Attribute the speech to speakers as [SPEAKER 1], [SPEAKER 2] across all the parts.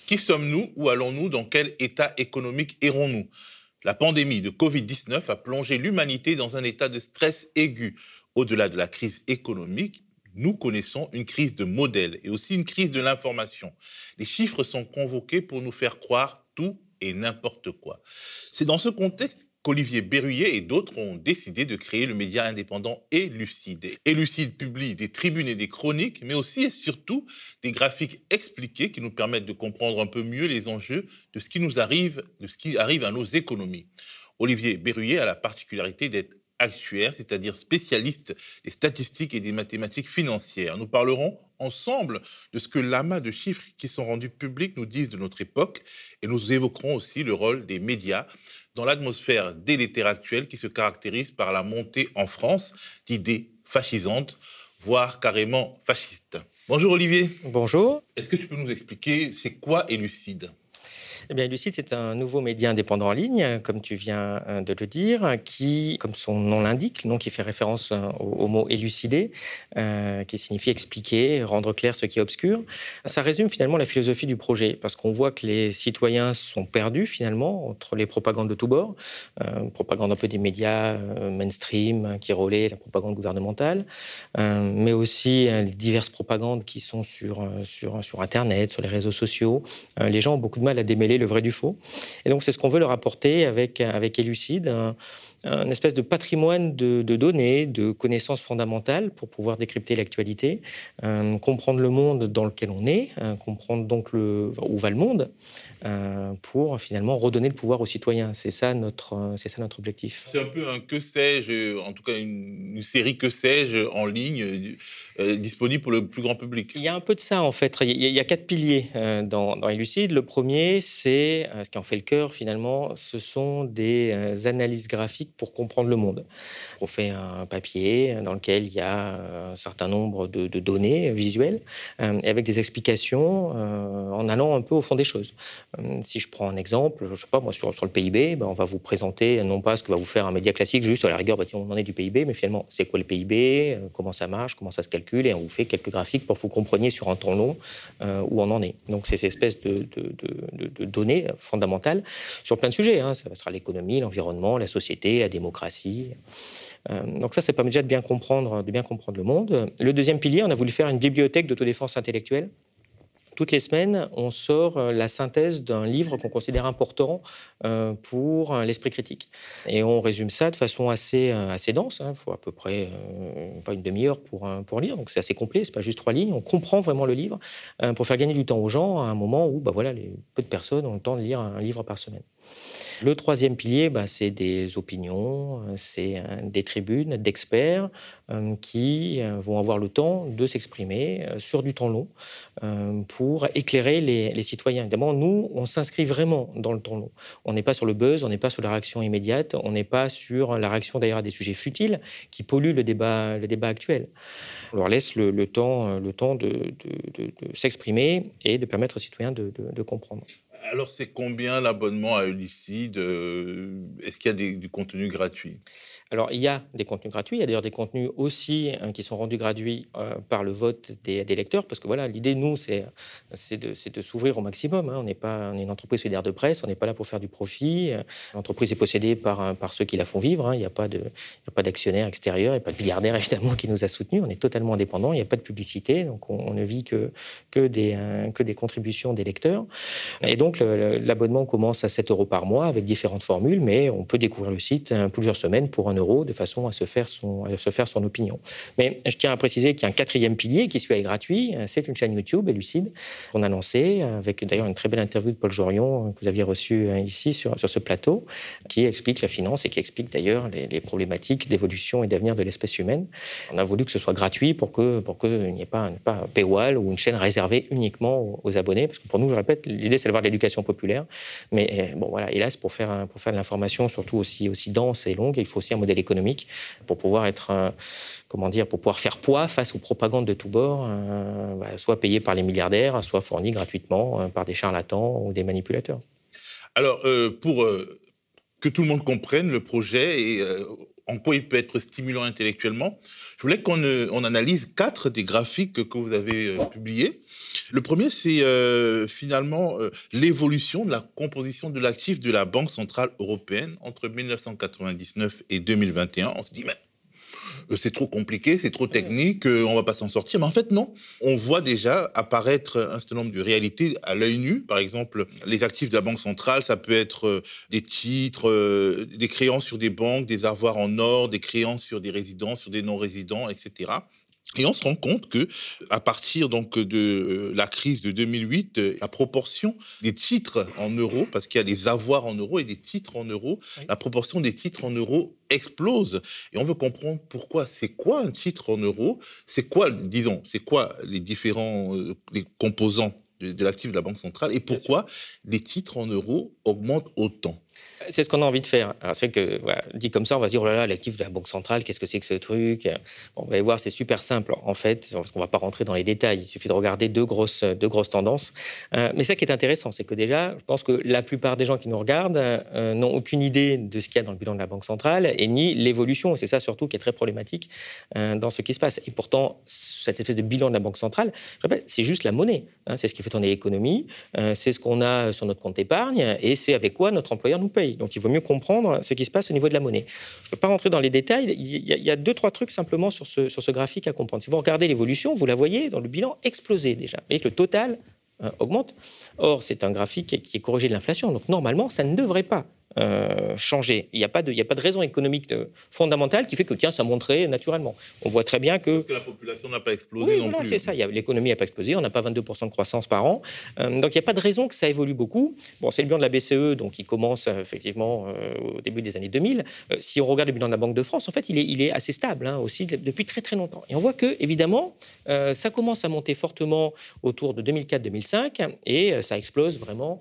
[SPEAKER 1] Qui sommes-nous? Où allons-nous? Dans quel état économique errons-nous? La pandémie de Covid-19 a plongé l'humanité dans un état de stress aigu. Au-delà de la crise économique, nous connaissons une crise de modèle et aussi une crise de l'information. Les chiffres sont convoqués pour nous faire croire tout et n'importe quoi. C'est dans ce contexte qu'Olivier Berruyer et d'autres ont décidé de créer le média indépendant Elucide. Elucide publie des tribunes et des chroniques, mais aussi et surtout des graphiques expliqués qui nous permettent de comprendre un peu mieux les enjeux de ce qui nous arrive, de ce qui arrive à nos économies. Olivier Berruyer a la particularité d'être actuaire, c'est-à-dire spécialiste des statistiques et des mathématiques financières. Nous parlerons ensemble de ce que l'amas de chiffres qui sont rendus publics nous disent de notre époque et nous évoquerons aussi le rôle des médias dans l'atmosphère délétère actuelle qui se caractérise par la montée en France d'idées fascisantes, voire carrément fascistes. Bonjour Olivier.
[SPEAKER 2] Bonjour.
[SPEAKER 1] Est-ce que tu peux nous expliquer c'est quoi Elucide ?
[SPEAKER 2] Eh bien, Elucide, c'est un nouveau média indépendant en ligne, comme tu viens de le dire, qui, comme son nom l'indique, le nom qui fait référence au mot élucider, qui signifie expliquer, rendre clair ce qui est obscur. Ça résume finalement la philosophie du projet, parce qu'on voit que les citoyens sont perdus finalement entre les propagandes de tous bords, propagande un peu des médias mainstream qui relaient la propagande gouvernementale, mais aussi les diverses propagandes qui sont sur Internet, sur les réseaux sociaux. Les gens ont beaucoup de mal à démêler le vrai du faux. Et donc, c'est ce qu'on veut leur apporter avec Elucide, un espèce de patrimoine de données, de connaissances fondamentales pour pouvoir décrypter l'actualité, comprendre le monde dans lequel on est, comprendre donc où va le monde, pour finalement redonner le pouvoir aux citoyens. C'est ça notre objectif.
[SPEAKER 1] C'est un peu un que sais-je, en tout cas une série que sais-je en ligne disponible pour le plus grand public.
[SPEAKER 2] Il y a un peu de ça en fait. Il y a 4 piliers dans Elucide. Le premier, c'est ce qui en fait le cœur finalement, ce sont des analyses graphiques pour comprendre le monde. On fait un papier dans lequel il y a un certain nombre de données visuelles et avec des explications en allant un peu au fond des choses. Si je prends un exemple, je sais pas moi sur le PIB, on va vous présenter non pas ce que va vous faire un média classique, juste à la rigueur, on en est du PIB, mais finalement c'est quoi le PIB, comment ça marche, comment ça se calcule, et on vous fait quelques graphiques pour que vous compreniez sur un temps long où on en est. Donc c'est ces espèces de données fondamentales sur plein de sujets. Ça sera l'économie, l'environnement, la société, la démocratie. Donc ça permet déjà de bien comprendre le monde. Le deuxième pilier, on a voulu faire une bibliothèque d'autodéfense intellectuelle. Toutes les semaines, on sort la synthèse d'un livre qu'on considère important pour l'esprit critique. Et on résume ça de façon assez dense. Il faut à peu près pas une demi-heure pour lire. Donc c'est assez complet, c'est pas juste 3 lignes. On comprend vraiment le livre pour faire gagner du temps aux gens à un moment où peu de personnes ont le temps de lire un livre par semaine. Le troisième pilier, c'est des opinions, c'est des tribunes d'experts qui vont avoir le temps de s'exprimer sur du temps long pour éclairer les citoyens. Évidemment, nous, on s'inscrit vraiment dans le temps long. On n'est pas sur le buzz, on n'est pas sur la réaction immédiate, on n'est pas sur la réaction d'ailleurs à des sujets futiles qui polluent le débat actuel. On leur laisse le temps de s'exprimer et de permettre aux citoyens de comprendre.
[SPEAKER 1] Alors, c'est combien l'abonnement à Elucide ? Est-ce qu'il y a du contenu gratuit ?
[SPEAKER 2] Alors, il y a des contenus gratuits. Il y a d'ailleurs des contenus aussi qui sont rendus gratuits par le vote des lecteurs. Parce que l'idée, nous, c'est de s'ouvrir au maximum. On est une entreprise solidaire de presse. On n'est pas là pour faire du profit. L'entreprise est possédée par ceux qui la font vivre. Il n'y a pas d'actionnaire extérieur. Il n'y a pas de milliardaire, évidemment, qui nous a soutenus. On est totalement indépendant. Il n'y a pas de publicité. Donc, on ne vit que des contributions des lecteurs. Et donc, l'abonnement commence à 7 € par mois avec différentes formules. Mais on peut découvrir le site plusieurs semaines pour 1 € de façon à se faire son opinion. Mais je tiens à préciser qu'il y a un 4e pilier qui est gratuit. C'est une chaîne YouTube, Elucide, qu'on a lancée avec d'ailleurs une très belle interview de Paul Jorion que vous aviez reçue ici sur ce plateau, qui explique la finance et qui explique d'ailleurs les problématiques d'évolution et d'avenir de l'espèce humaine. On a voulu que ce soit gratuit pour qu'il n'y ait pas un paywall ou une chaîne réservée uniquement aux abonnés, parce que pour nous, je répète, l'idée c'est d'avoir de l'éducation populaire. Mais hélas, pour faire de l'information surtout aussi dense et longue, il faut aussi un modèle économique pour pouvoir pour pouvoir faire poids face aux propagandes de tous bords, soit payées par les milliardaires, soit fournies gratuitement par des charlatans ou des manipulateurs.
[SPEAKER 1] Alors, pour que tout le monde comprenne le projet et en quoi il peut être stimulant intellectuellement, je voulais qu'on analyse 4 des graphiques que vous avez publiés. Le premier, c'est finalement l'évolution de la composition de l'actif de la Banque centrale européenne entre 1999 et 2021. On se dit, mais c'est trop compliqué, c'est trop technique, on va pas s'en sortir. Mais en fait, non. On voit déjà apparaître un certain nombre de réalités à l'œil nu. Par exemple, les actifs de la Banque centrale, ça peut être des titres, des créances sur des banques, des avoirs en or, des créances sur des résidents, sur des non-résidents, etc. Et on se rend compte que, à partir donc de la crise de 2008, la proportion des titres en euros, parce qu'il y a des avoirs en euros et des titres en euros, la proportion des titres en euros explose. Et on veut comprendre pourquoi. C'est quoi un titre en euros ? C'est quoi les différents les composants de l'actif de la Banque centrale et pourquoi les titres en euros augmentent autant ?
[SPEAKER 2] C'est ce qu'on a envie de faire. Alors, c'est que, voilà, dit comme ça, on va se dire, oh là là, l'actif de la Banque centrale, qu'est-ce que c'est que ce truc ? Bon, on va y voir, c'est super simple, en fait, parce qu'on ne va pas rentrer dans les détails. Il suffit de regarder deux grosses tendances. Mais ça qui est intéressant, c'est que déjà, je pense que la plupart des gens qui nous regardent n'ont aucune idée de ce qu'il y a dans le bilan de la Banque centrale et ni l'évolution. Et c'est ça surtout qui est très problématique dans ce qui se passe. Et pourtant, cette espèce de bilan de la Banque centrale, je rappelle, c'est juste la monnaie. C'est ce qui fait tourner l'économie, c'est ce qu'on a sur notre compte épargne et c'est avec quoi notre employeur nous paye. Donc, il vaut mieux comprendre ce qui se passe au niveau de la monnaie. Je ne peux pas rentrer dans les détails. Il y a 2-3 trucs simplement sur ce graphique à comprendre. Si vous regardez l'évolution, vous la voyez dans le bilan exploser déjà. Vous voyez que le total augmente. Or, c'est un graphique qui est corrigé de l'inflation. Donc, normalement, ça ne devrait pas changer. Il n'y a pas de raison économique fondamentale qui fait que, tiens, ça monterait naturellement. On voit très bien que...
[SPEAKER 1] Parce que la population n'a pas explosé non plus.
[SPEAKER 2] C'est ça. L'économie n'a pas explosé. On n'a pas 22% de croissance par an. Donc, il n'y a pas de raison que ça évolue beaucoup. Bon, c'est le bilan de la BCE, donc il commence effectivement au début des années 2000. Si on regarde le bilan de la Banque de France, en fait, il est assez stable aussi depuis très, très longtemps. Et on voit que, évidemment, ça commence à monter fortement autour de 2004-2005 et ça explose vraiment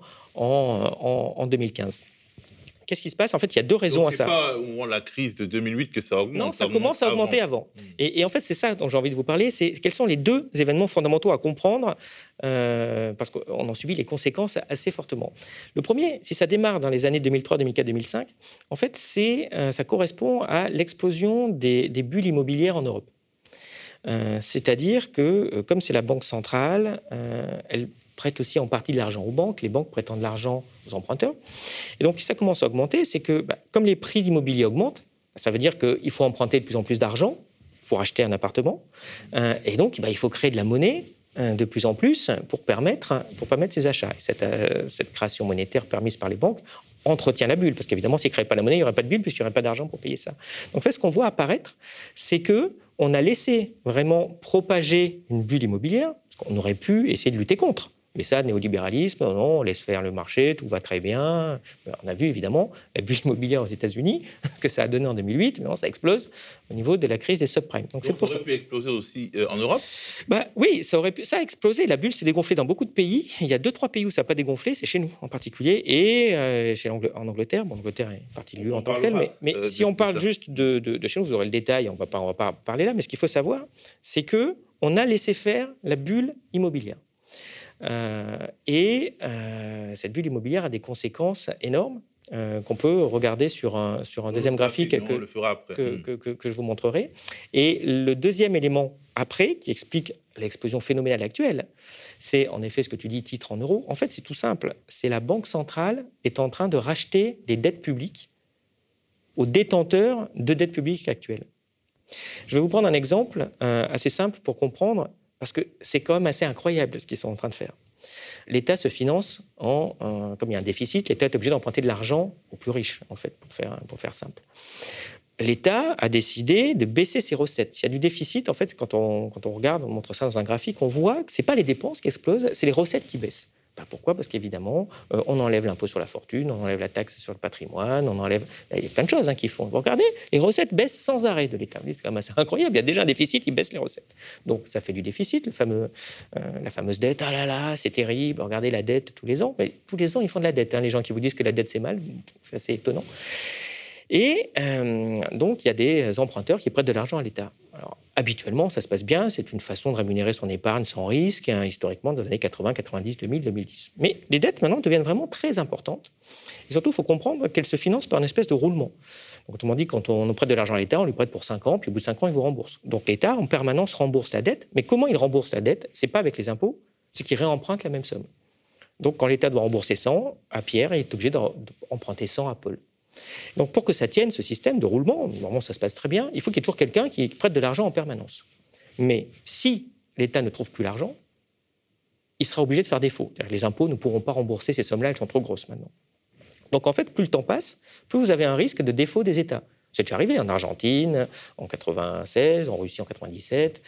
[SPEAKER 2] en 2015. Qu'est-ce qui se passe ? En fait, il y a 2 raisons
[SPEAKER 1] donc,
[SPEAKER 2] à ça.
[SPEAKER 1] C'est pas au moment de la crise de 2008 que ça augmente.
[SPEAKER 2] Non, ça commence à augmenter avant. Et en fait, c'est ça dont j'ai envie de vous parler. C'est quels sont les 2 événements fondamentaux à comprendre parce qu'on en subit les conséquences assez fortement. Le premier, si ça démarre dans les années 2003, 2004, 2005, en fait, ça correspond à l'explosion des bulles immobilières en Europe. C'est-à-dire que, comme c'est la Banque centrale, elle prête aussi en partie de l'argent aux banques. Les banques prêtent de l'argent aux emprunteurs. Et donc, si ça commence à augmenter, c'est que, comme les prix d'immobilier augmentent, ça veut dire qu'il faut emprunter de plus en plus d'argent pour acheter un appartement. Et donc, il faut créer de la monnaie de plus en plus pour permettre ces achats. Et cette création monétaire permise par les banques entretient la bulle. Parce qu'évidemment, s'ils ne créaient pas la monnaie, il n'y aurait pas de bulle puisqu'il n'y aurait pas d'argent pour payer ça. Donc, en fait, ce qu'on voit apparaître, c'est qu'on a laissé vraiment propager une bulle immobilière, parce qu'on aurait pu essayer de lutter contre. Mais ça, néolibéralisme, non, on laisse faire le marché, tout va très bien. On a vu évidemment la bulle immobilière aux États-Unis, ce que ça a donné en 2008, mais ça explose au niveau de la crise des subprimes.
[SPEAKER 1] Donc ça aurait pu exploser aussi en Europe ?
[SPEAKER 2] Oui, ça a explosé. La bulle s'est dégonflée dans beaucoup de pays. Il y a 2-3 pays où ça n'a pas dégonflé, c'est chez nous en particulier, et en Angleterre. Bon, l'Angleterre est partie de l'UE en tant que telle, mais si on parle juste de chez nous, vous aurez le détail, on va pas parler là, mais ce qu'il faut savoir, c'est qu'on a laissé faire la bulle immobilière. Cette bulle immobilière a des conséquences énormes qu'on peut regarder sur un deuxième graphique que je vous montrerai. Et le deuxième élément après, qui explique l'explosion phénoménale actuelle, c'est en effet ce que tu dis, titre en euros. En fait, c'est tout simple. C'est la Banque centrale est en train de racheter des dettes publiques aux détenteurs de dettes publiques actuelles. Je vais vous prendre un exemple assez simple pour comprendre, parce que c'est quand même assez incroyable ce qu'ils sont en train de faire. L'État se finance comme il y a un déficit, l'État est obligé d'emprunter de l'argent aux plus riches, en fait, pour faire simple. L'État a décidé de baisser ses recettes. S'il y a du déficit, en fait, quand on regarde, on montre ça dans un graphique, on voit que ce n'est pas les dépenses qui explosent, c'est les recettes qui baissent. Pourquoi ? Parce qu'évidemment, on enlève l'impôt sur la fortune, on enlève la taxe sur le patrimoine, il y a plein de choses qui font. Vous regardez, les recettes baissent sans arrêt de l'État. C'est quand même assez incroyable. Il y a déjà un déficit, il baisse les recettes. Donc, ça fait du déficit, la fameuse dette. Ah là là, c'est terrible, regardez la dette tous les ans. Mais tous les ans, ils font de la dette. Les gens qui vous disent que la dette, c'est mal, c'est assez étonnant. Et donc, il y a des emprunteurs qui prêtent de l'argent à l'État. Alors, habituellement, ça se passe bien. C'est une façon de rémunérer son épargne sans risque, historiquement, dans les années 80, 90, 2000, 2010. Mais les dettes, maintenant, deviennent vraiment très importantes. Et surtout, il faut comprendre qu'elles se financent par une espèce de roulement. Donc, autrement dit, quand on prête de l'argent à l'État, on lui prête pour 5 ans, puis au bout de 5 ans, il vous rembourse. Donc, l'État, en permanence, rembourse la dette. Mais comment il rembourse la dette ? Ce n'est pas avec les impôts, c'est qu'il réemprunte la même somme. Donc, quand l'État doit rembourser 100 à Pierre, il est obligé d'emprunter 100 à Paul. Donc, pour que ça tienne, ce système de roulement, normalement ça se passe très bien, il faut qu'il y ait toujours quelqu'un qui prête de l'argent en permanence. Mais si l'État ne trouve plus l'argent, il sera obligé de faire défaut. Les impôts ne pourront pas rembourser ces sommes-là, elles sont trop grosses maintenant. Donc, en fait, plus le temps passe, plus vous avez un risque de défaut des États. C'est déjà arrivé en Argentine, en 1996, en Russie en 1997.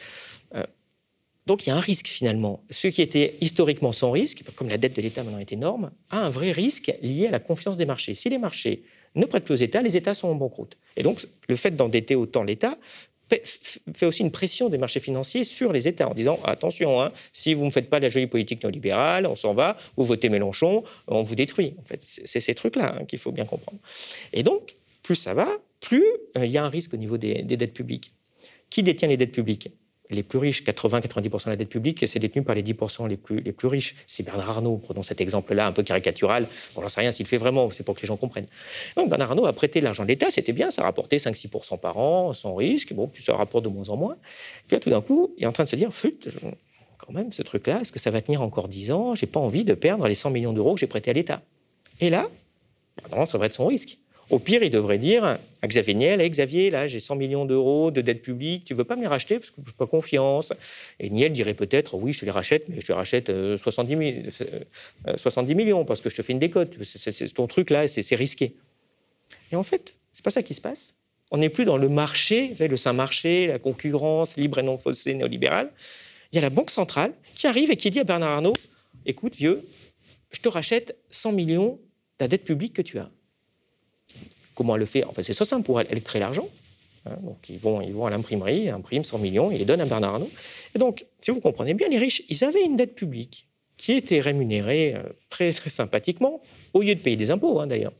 [SPEAKER 2] Donc, il y a un risque, finalement. Ce qui était historiquement sans risque, comme la dette de l'État maintenant est énorme, a un vrai risque lié à la confiance des marchés. Si les marchés ne prêtent plus aux États, les États sont en banqueroute. Et donc, le fait d'endetter autant l'État fait aussi une pression des marchés financiers sur les États en disant « Attention, si vous ne me faites pas la jolie politique néolibérale, on s'en va, vous votez Mélenchon, on vous détruit. » En fait, c'est ces trucs-là qu'il faut bien comprendre. Et donc, plus ça va, plus il y a un risque au niveau des dettes publiques. Qui détient les dettes publiques ? Les plus riches, 80-90% de la dette publique, c'est détenu par les 10% les plus riches. C'est Bernard Arnault, prenons cet exemple-là un peu caricatural. Bon, j'en sais rien s'il le fait vraiment, c'est pour que les gens comprennent. Donc Bernard Arnault a prêté l'argent de l'État, c'était bien, ça rapportait 5-6% par an, sans risque, bon, puis ça rapporte de moins en moins. Puis là, tout d'un coup, il est en train de se dire, quand même, ce truc-là, est-ce que ça va tenir encore 10 ans ? J'ai pas envie de perdre les 100 millions d'euros que j'ai prêtés à l'État. Et là, ça devrait être son risque. Au pire, il devrait dire à Xavier Niel, hey, Xavier, là, j'ai 100 millions d'euros de dette publique, tu ne veux pas me les racheter parce que je n'ai pas confiance. Et Niel dirait peut-être, oui, je te les rachète, mais je te rachète 70 millions parce que je te fais une décote. C'est ton truc là, c'est risqué. Et en fait, ce n'est pas ça qui se passe. On n'est plus dans le marché, le saint marché, la concurrence libre et non faussée néolibérale. Il y a la Banque centrale qui arrive et qui dit à Bernard Arnault, écoute, vieux, je te rachète 100 millions de la dette publique que tu as. Comment elle le fait ? En fait, c'est ça simple pour elle. Elle crée l'argent. Donc, ils vont à l'imprimerie, ils impriment 100 millions, ils les donnent à Bernard Arnault. Et donc, si vous comprenez bien, les riches, ils avaient une dette publique qui était rémunérée très, très sympathiquement, au lieu de payer des impôts, d'ailleurs.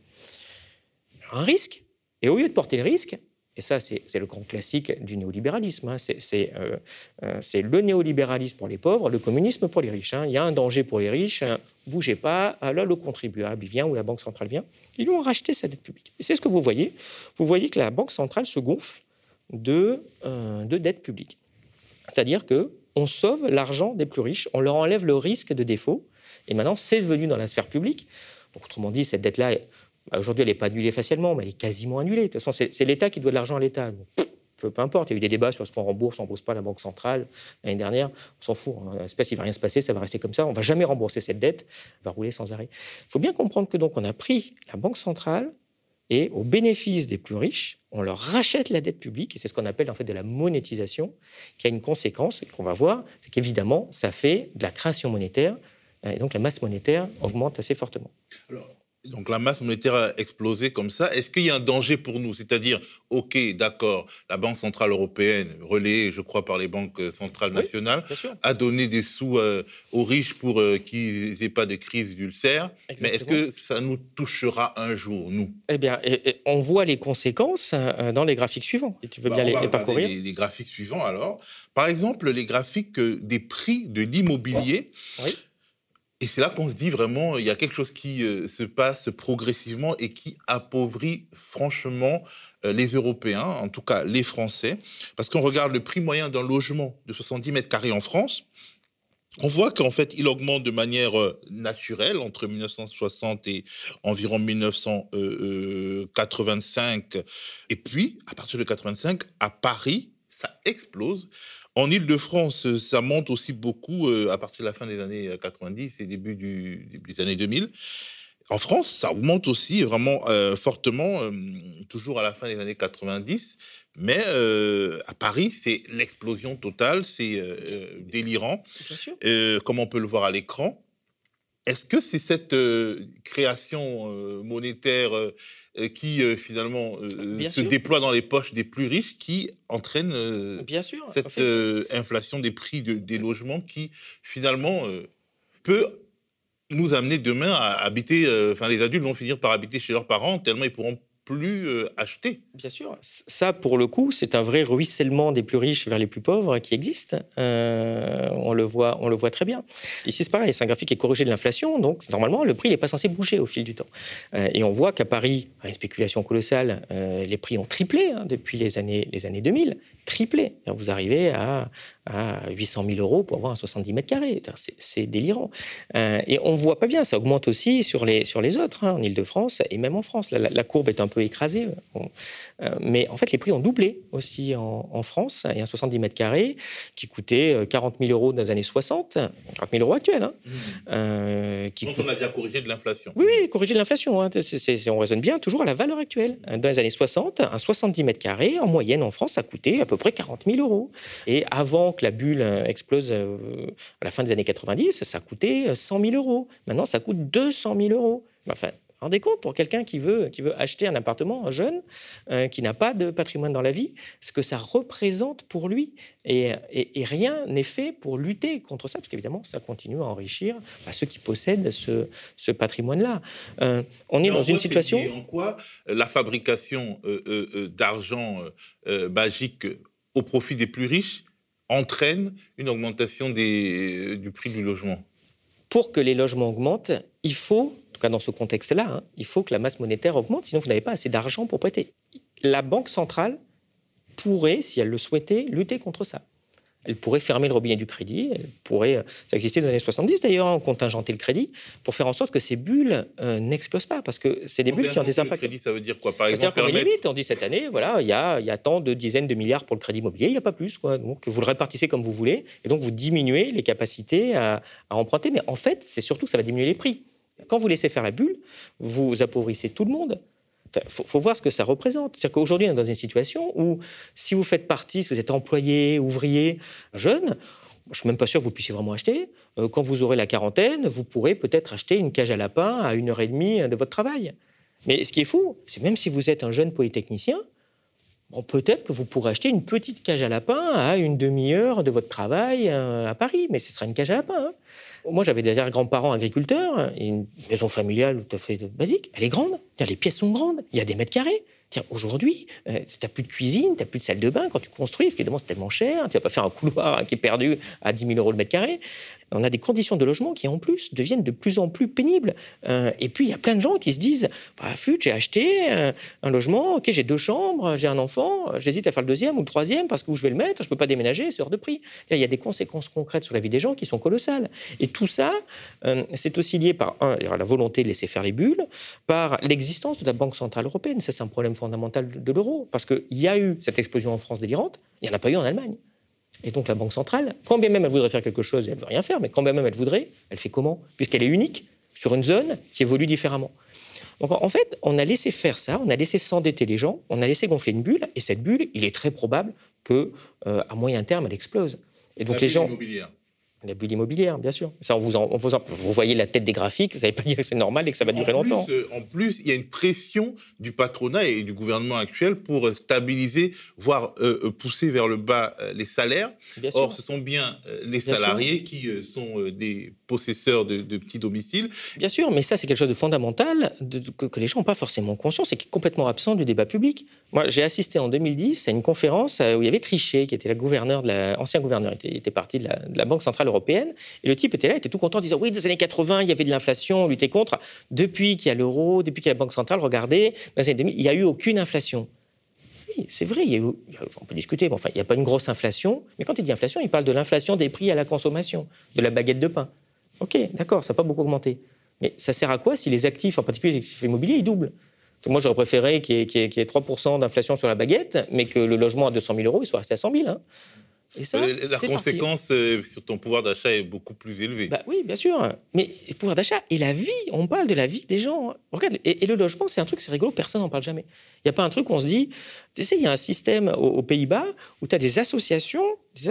[SPEAKER 2] Un risque. Et au lieu de porter le risque, et ça, c'est le grand classique du néolibéralisme, c'est le néolibéralisme pour les pauvres, le communisme pour les riches. Il y a un danger pour les riches, bougez pas, là, le contribuable, il vient, ou la Banque centrale vient, ils lui ont racheté sa dette publique. Et c'est ce que vous voyez. Vous voyez que la Banque centrale se gonfle de dette publique. C'est-à-dire qu'on sauve l'argent des plus riches, on leur enlève le risque de défaut, et maintenant, c'est devenu dans la sphère publique. Donc, autrement dit, cette dette-là, aujourd'hui, elle n'est pas annulée facilement, mais elle est quasiment annulée. De toute façon, c'est l'État qui doit de l'argent à l'État. Peu importe, il y a eu des débats sur ce qu'on rembourse, on ne rembourse pas la Banque centrale. L'année dernière, on s'en fout. En espèce, il ne va rien se passer, ça va rester comme ça. On ne va jamais rembourser cette dette, elle va rouler sans arrêt. Il faut bien comprendre que donc, on a pris la Banque centrale et au bénéfice des plus riches, on leur rachète la dette publique, et c'est ce qu'on appelle en fait de la monétisation, qui a une conséquence qu'on va voir, c'est qu'évidemment, ça fait de la création monétaire, et donc la masse monétaire augmente assez fortement.
[SPEAKER 1] Alors, donc la masse monétaire a explosé comme ça. Est-ce qu'il y a un danger pour nous ? C'est-à-dire, OK, d'accord, la Banque centrale européenne, relayée, je crois, par les banques centrales nationales, a donné des sous aux riches pour qu'ils n'aient pas de crise d'ulcère. Mais est-ce que ça nous touchera un jour, nous ?
[SPEAKER 2] Eh bien, on voit les conséquences dans les graphiques suivants. Si tu veux bien les parcourir.
[SPEAKER 1] Les graphiques suivants, alors. Par exemple, les graphiques des prix de l'immobilier. Oui. Et c'est là qu'on se dit vraiment, il y a quelque chose qui se passe progressivement et qui appauvrit franchement les Européens, en tout cas les Français. Parce qu'on regarde le prix moyen d'un logement de 70 mètres carrés en France, on voit qu'en fait, il augmente de manière naturelle entre 1960 et environ 1985. Et puis, à partir de 85, à Paris, ça explose. En Île-de-France, ça monte aussi beaucoup à partir de la fin des années 90 et début des années 2000. En France, ça augmente aussi vraiment fortement, toujours à la fin des années 90. Mais à Paris, c'est l'explosion totale, c'est délirant, comme on peut le voir à l'écran. Est-ce que c'est cette création monétaire qui finalement se déploie dans les poches des plus riches qui entraîne cette inflation des prix des logements qui finalement peut nous amener demain à habiter, les adultes vont finir par habiter chez leurs parents tellement ils pourront plus acheter.
[SPEAKER 2] Bien sûr. Ça, pour le coup, c'est un vrai ruissellement des plus riches vers les plus pauvres qui existe. On le voit très bien. Ici, c'est pareil, c'est un graphique qui est corrigé de l'inflation, donc normalement, le prix n'est pas censé bouger au fil du temps. Et on voit qu'à Paris, à une spéculation colossale, les prix ont triplé depuis les années 2000. triplé. Vous arrivez à 800 000 euros pour avoir un 70 mètres carrés. C'est délirant. Et on ne voit pas bien. Ça augmente aussi sur les autres, en Ile-de-France et même en France. La courbe est un peu écrasée. Mais en fait, les prix ont doublé aussi en France. Il y a un 70 mètres carrés qui coûtait 40 000 euros dans les années 60, 40 000 euros actuels.
[SPEAKER 1] Donc on a déjà corrigé de l'inflation.
[SPEAKER 2] Oui, corriger de l'inflation. On raisonne bien toujours à la valeur actuelle. Dans les années 60, un 70 mètres carrés, en moyenne en France, ça coûtait à peu près 40 000 euros. Et avant que la bulle explose à la fin des années 90, ça coûtait 100 000 euros. Maintenant, ça coûte 200 000 euros. Enfin, rendez compte, pour quelqu'un qui veut acheter un appartement, un jeune, qui n'a pas de patrimoine dans la vie, ce que ça représente pour lui. Et rien n'est fait pour lutter contre ça, parce qu'évidemment, ça continue à enrichir ceux qui possèdent ce patrimoine-là. On est dans une situation...
[SPEAKER 1] En quoi la fabrication d'argent magique au profit des plus riches entraîne une augmentation du prix du logement?
[SPEAKER 2] Pour que les logements augmentent, il faut, en tout cas dans ce contexte-là, il faut que la masse monétaire augmente, sinon vous n'avez pas assez d'argent pour prêter. La Banque centrale pourrait, si elle le souhaitait, lutter contre ça. Elle pourrait fermer le robinet du crédit, ça existait dans les années 70 d'ailleurs, contingenté le crédit, pour faire en sorte que ces bulles n'explosent pas, parce que c'est des bulles qui ont des impacts.
[SPEAKER 1] Le crédit, ça veut dire quoi, par exemple?
[SPEAKER 2] C'est-à-dire qu'on limite, on dit cette année, voilà, il y a tant de dizaines de milliards pour le crédit immobilier, il n'y a pas plus, quoi. Donc vous le répartissez comme vous voulez, et donc vous diminuez les capacités à emprunter, mais en fait, c'est surtout que ça va diminuer les prix. Quand vous laissez faire la bulle, vous appauvrissez tout le monde. Il faut voir ce que ça représente. C'est-à-dire qu'aujourd'hui, on est dans une situation où, si vous faites partie, si vous êtes employé, ouvrier, jeune, je ne suis même pas sûr que vous puissiez vraiment acheter. Quand vous aurez la quarantaine, vous pourrez peut-être acheter une cage à lapins à 1h30 de votre travail. Mais ce qui est fou, c'est même si vous êtes un jeune polytechnicien, peut-être que vous pourrez acheter une petite cage à lapins à une demi-heure de votre travail à Paris, mais ce sera une cage à lapins. Moi, j'avais des arrière-grands-parents agriculteurs, et une maison familiale tout à fait basique. Elle est grande, les pièces sont grandes, il y a des mètres carrés. Aujourd'hui, tu n'as plus de cuisine, tu n'as plus de salle de bain quand tu construis, parce qu'évidemment, c'est tellement cher. Tu ne vas pas faire un couloir qui est perdu à 10 000 euros le mètre carré. On a des conditions de logement qui, en plus, deviennent de plus en plus pénibles. Et puis, il y a plein de gens qui se disent j'ai acheté un logement, ok, j'ai 2 chambres, j'ai un enfant, j'hésite à faire le 2e ou le 3e parce que où je vais le mettre, je ne peux pas déménager, c'est hors de prix. Il y a des conséquences concrètes sur la vie des gens qui sont colossales. Et tout ça, c'est aussi lié par la volonté de laisser faire les bulles, par l'existence de la Banque centrale européenne. Ça, c'est un problème fondamental de l'euro. Parce qu'il y a eu cette explosion en France délirante, il n'y en a pas eu en Allemagne. Et donc la Banque centrale, quand bien même elle voudrait faire quelque chose, elle ne veut rien faire, mais quand bien même elle voudrait, elle fait comment? Puisqu'elle est unique sur une zone qui évolue différemment. Donc en fait, on a laissé faire ça, on a laissé s'endetter les gens, on a laissé gonfler une bulle, et cette bulle, il est très probable qu'à moyen terme, elle explose. Et donc les gens... La bulle immobilière, bien sûr. Ça, vous voyez la tête des graphiques, vous n'allez pas dire que c'est normal et que ça va durer longtemps.
[SPEAKER 1] En plus, il y a une pression du patronat et du gouvernement actuel pour stabiliser, voire pousser vers le bas les salaires. Or, ce sont bien les salariés qui sont des possesseurs de petits domiciles.
[SPEAKER 2] Bien sûr, mais ça, c'est quelque chose de fondamental que les gens n'ont pas forcément conscience et qui est complètement absent du débat public. Moi, j'ai assisté en 2010 à une conférence où il y avait Trichet, qui était ancien gouverneur, il était parti de la Banque centrale européenne, et le type était là, il était tout content, disant oui, dans les années 80, il y avait de l'inflation, on luttait contre. Depuis qu'il y a l'euro, depuis qu'il y a la Banque centrale, regardez, dans les années 2000, il n'y a eu aucune inflation. Oui, c'est vrai, on peut discuter, mais enfin, il n'y a pas une grosse inflation, mais quand il dit inflation, il parle de l'inflation des prix à la consommation, de la baguette de pain. Ok, d'accord, ça n'a pas beaucoup augmenté. Mais ça sert à quoi si les actifs, en particulier les actifs immobiliers, ils doublent? Moi, j'aurais préféré qu'il y ait 3% d'inflation sur la baguette, mais que le logement à 200 000 euros, il soit resté à 100 000. Et ça,
[SPEAKER 1] la conséquence sur ton pouvoir d'achat est beaucoup plus élevée.
[SPEAKER 2] Oui, bien sûr. Mais le pouvoir d'achat et la vie, on parle de la vie des gens. Regarde, et le logement, c'est un truc, c'est rigolo, personne n'en parle jamais. Il n'y a pas un truc où on se dit, tu sais, il y a un système aux Pays-Bas où tu as des associations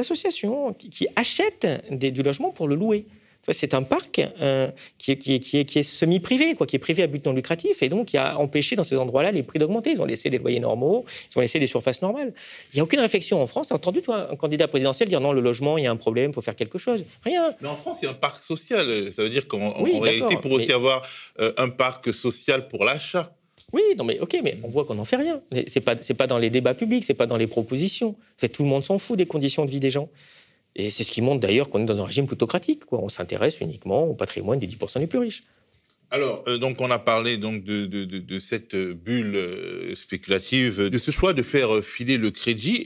[SPEAKER 2] qui achètent du logement pour le louer. C'est un parc qui est semi-privé, qui est privé à but non lucratif, et donc qui a empêché dans ces endroits-là les prix d'augmenter. Ils ont laissé des loyers normaux, ils ont laissé des surfaces normales. Il n'y a aucune réflexion en France. Tu as entendu, toi, un candidat présidentiel dire non, le logement, il y a un problème, il faut faire quelque chose? Rien.
[SPEAKER 1] Mais en France, il y a un parc social. Ça veut dire qu'en réalité, il pourrait aussi avoir un parc social pour l'achat.
[SPEAKER 2] Oui, non mais ok, mais on voit qu'on n'en fait rien. C'est pas dans les débats publics, c'est pas dans les propositions. En fait, tout le monde s'en fout des conditions de vie des gens. Et c'est ce qui montre d'ailleurs qu'on est dans un régime plutocratique. On s'intéresse uniquement au patrimoine des 10% les plus riches.
[SPEAKER 1] Alors, donc on a parlé donc de cette bulle spéculative, de ce choix de faire filer le crédit. Et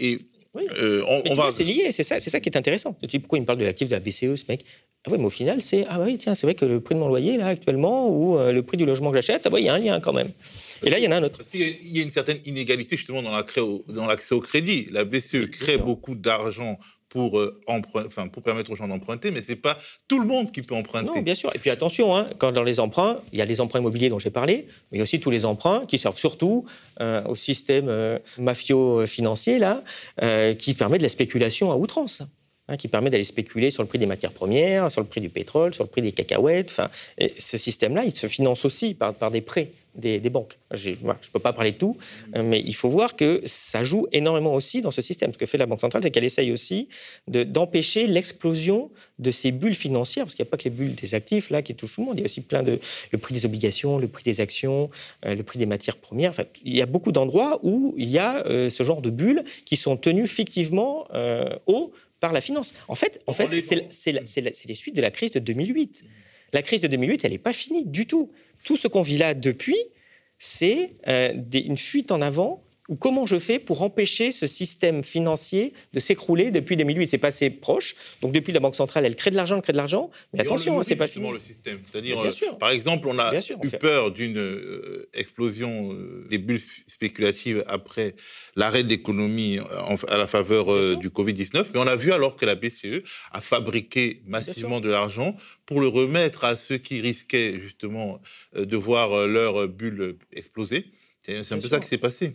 [SPEAKER 2] Oui. C'est lié, c'est ça qui est intéressant. Tu dis, pourquoi il me parle de l'actif de la BCE, ce mec? Ah oui, mais au final, c'est c'est vrai que le prix de mon loyer, là, actuellement, ou le prix du logement que j'achète, il y a un lien quand même. Et là, il y en a un autre.
[SPEAKER 1] Parce qu'il y a une certaine inégalité, justement, dans l'accès au crédit. La BCE crée beaucoup d'argent pour permettre aux gens d'emprunter, mais c'est pas tout le monde qui peut emprunter.
[SPEAKER 2] Non, bien sûr. Et puis attention, quand dans les emprunts, il y a les emprunts immobiliers dont j'ai parlé, mais il y a aussi tous les emprunts qui servent surtout au système mafio-financier là, qui permet de la spéculation à outrance. Qui permet d'aller spéculer sur le prix des matières premières, sur le prix du pétrole, sur le prix des cacahuètes. Et ce système-là, il se finance aussi par des prêts des banques. Je ne peux pas parler de tout, mais il faut voir que ça joue énormément aussi dans ce système. Ce que fait la Banque centrale, c'est qu'elle essaye aussi d'empêcher l'explosion de ces bulles financières, parce qu'il n'y a pas que les bulles des actifs là, qui touchent tout le monde. Il y a aussi le prix des obligations, le prix des actions, le prix des matières premières. Enfin, il y a beaucoup d'endroits où il y a ce genre de bulles qui sont tenues fictivement haut par la finance. En fait, c'est les suites de la crise de 2008. La crise de 2008, elle n'est pas finie du tout. Tout ce qu'on vit là depuis, c'est une fuite en avant. Ou comment je fais pour empêcher ce système financier de s'écrouler depuis 2008? C'est passé proche. Donc depuis, la Banque centrale, elle crée de l'argent, mais attention, c'est pas fini.
[SPEAKER 1] Le système. C'est-à-dire, par exemple, on a eu peur d'une explosion des bulles spéculatives après l'arrêt de l'économie à la faveur du Covid-19, mais on a vu alors que la BCE a fabriqué massivement de l'argent pour le remettre à ceux qui risquaient justement de voir leur bulle exploser. C'est un peu ça qui s'est passé.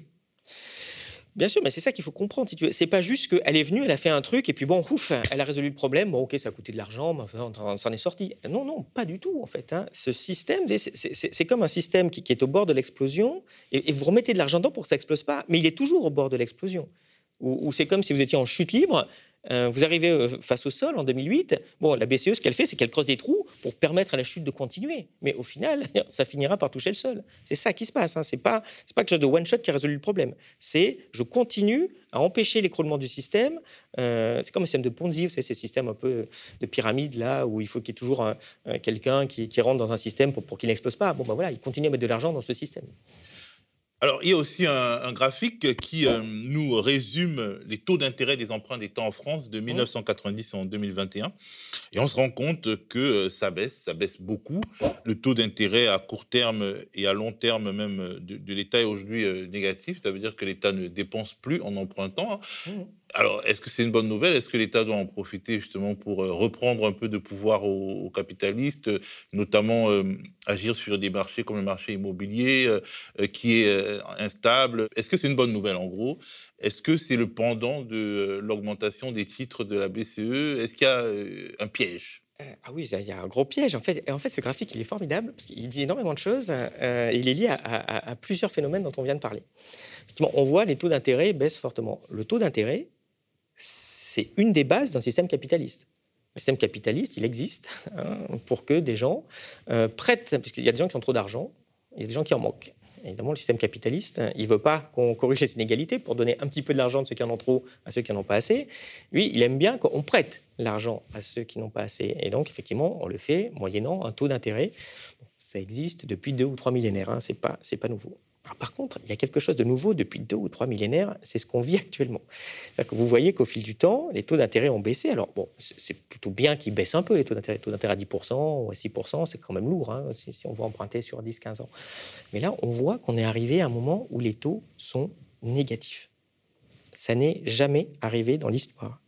[SPEAKER 2] Bien sûr, mais c'est ça qu'il faut comprendre. Si tu veux. C'est pas juste qu'elle est venue, elle a fait un truc, et puis bon, ouf, elle a résolu le problème. Bon, ok, ça a coûté de l'argent, mais enfin, on s'en est sorti. Non, pas du tout, en fait. Ce système, c'est comme un système qui est au bord de l'explosion, et vous remettez de l'argent dedans pour que ça explose pas, mais il est toujours au bord de l'explosion. Ou c'est comme si vous étiez en chute libre. Vous arrivez face au sol en 2008. Bon, la BCE, ce qu'elle fait, c'est qu'elle creuse des trous pour permettre à la chute de continuer. Mais au final, ça finira par toucher le sol. C'est ça qui se passe. C'est pas quelque chose de one shot qui a résolu le problème. C'est je continue à empêcher l'écroulement du système. C'est comme un système de Ponzi, vous savez, ces systèmes un peu de pyramide là où il faut qu'il y ait toujours quelqu'un qui rentre dans un système pour qu'il n'explose pas. Bon, voilà, il continue à mettre de l'argent dans ce système.
[SPEAKER 1] Alors, il y a aussi un graphique qui nous résume les taux d'intérêt des emprunts d'État en France de 1990 en 2021. Et on se rend compte que ça baisse beaucoup. Le taux d'intérêt à court terme et à long terme même de l'État est aujourd'hui négatif. Ça veut dire que l'État ne dépense plus en empruntant. Alors, est-ce que c'est une bonne nouvelle? Est-ce que l'État doit en profiter justement pour reprendre un peu de pouvoir aux capitalistes, notamment agir sur des marchés comme le marché immobilier qui est instable? Est-ce que c'est une bonne nouvelle en gros? Est-ce que c'est le pendant de l'augmentation des titres de la BCE? Est-ce qu'il y a un piège?
[SPEAKER 2] Ah oui, il y a un gros piège. En fait, ce graphique, il est formidable parce qu'il dit énormément de choses. Il est lié à plusieurs phénomènes dont on vient de parler. Effectivement, on voit les taux d'intérêt baissent fortement. Le taux d'intérêt, c'est une des bases d'un système capitaliste. Le système capitaliste, il existe pour que des gens prêtent, parce qu'il y a des gens qui ont trop d'argent, il y a des gens qui en manquent. Évidemment, le système capitaliste, il ne veut pas qu'on corrige les inégalités pour donner un petit peu de l'argent de ceux qui en ont trop à ceux qui n'en ont pas assez. Lui, il aime bien qu'on prête l'argent à ceux qui n'ont pas assez. Et donc, effectivement, on le fait moyennant un taux d'intérêt. Ça existe depuis 2 ou 3 millénaires, c'est pas nouveau. Alors, par contre, il y a quelque chose de nouveau depuis 2 ou 3 millénaires, c'est ce qu'on vit actuellement. C'est-à-dire que vous voyez qu'au fil du temps, les taux d'intérêt ont baissé. Alors, bon, c'est plutôt bien qu'ils baissent un peu, les taux d'intérêt. Taux d'intérêt à 10% ou à 6%, c'est quand même lourd, si on veut emprunter sur 10-15 ans. Mais là, on voit qu'on est arrivé à un moment où les taux sont négatifs. Ça n'est jamais arrivé dans l'histoire.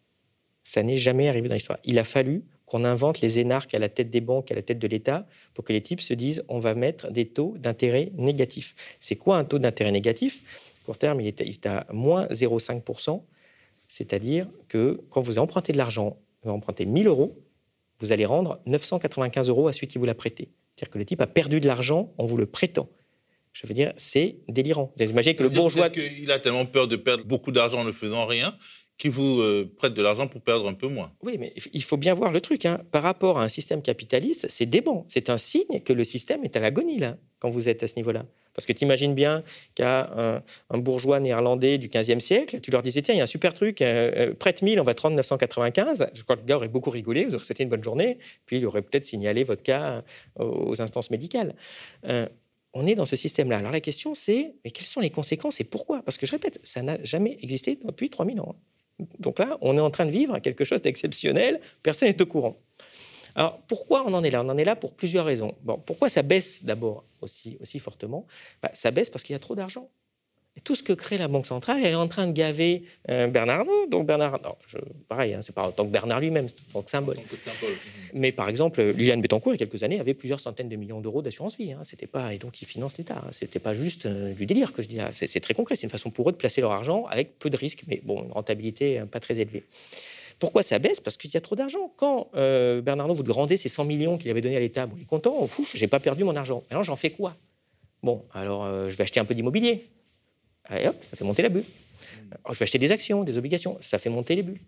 [SPEAKER 2] Il a fallu qu'on invente les énarques à la tête des banques, à la tête de l'État, pour que les types se disent on va mettre des taux d'intérêt négatifs. C'est quoi un taux d'intérêt négatif? Court terme, il est à moins 0,5%, c'est-à-dire que quand vous empruntez de l'argent, vous empruntez 1 000 euros, vous allez rendre 995 euros à celui qui vous l'a prêté. C'est-à-dire que le type a perdu de l'argent en vous le prêtant. Je veux dire, c'est délirant. Vous imaginez que le bourgeois...
[SPEAKER 1] Il a tellement peur de perdre beaucoup d'argent en ne faisant rien qui vous prête de l'argent pour perdre un peu moins.
[SPEAKER 2] Oui, mais il faut bien voir le truc. Par rapport à un système capitaliste, c'est dément. C'est un signe que le système est à l'agonie, là, quand vous êtes à ce niveau-là. Parce que tu imagines bien qu'un bourgeois néerlandais du 15e siècle, tu leur disais, tiens, il y a un super truc, prête 1000, on va te rendre 995. Je crois que le gars aurait beaucoup rigolé, vous aurez souhaité une bonne journée, puis il aurait peut-être signalé votre cas aux instances médicales. On est dans ce système-là. Alors la question, c'est, mais quelles sont les conséquences et pourquoi? Parce que je répète, ça n'a jamais existé depuis 3000 ans. Donc là, on est en train de vivre quelque chose d'exceptionnel, personne n'est au courant. Alors, pourquoi on en est là? On en est là pour plusieurs raisons. Bon, pourquoi ça baisse d'abord aussi fortement? Ça baisse parce qu'il y a trop d'argent. Et tout ce que crée la Banque centrale, elle est en train de gaver Bernard Arnault. Donc Bernard Arnault, pareil, c'est pas en tant que Bernard lui-même, c'est en tant que symbole. Mais par exemple, Liliane Bettencourt, il y a quelques années, avait plusieurs centaines de millions d'euros d'assurance vie. C'était pas, et donc ils financent l'État. C'était pas juste du délire que je dis là. C'est très concret. C'est une façon pour eux de placer leur argent avec peu de risques, mais bon, une rentabilité pas très élevée. Pourquoi ça baisse? Parce qu'il y a trop d'argent. Quand Bernard Arnault vous grandez ces 100 millions qu'il avait donnés à l'État, bon, il est content, ouf, j'ai pas perdu mon argent. Maintenant, j'en fais quoi? Bon, alors je vais acheter un peu d'immobilier. Et hop, ça fait monter la bulle. Alors, je vais acheter des actions, des obligations, ça fait monter les bulles.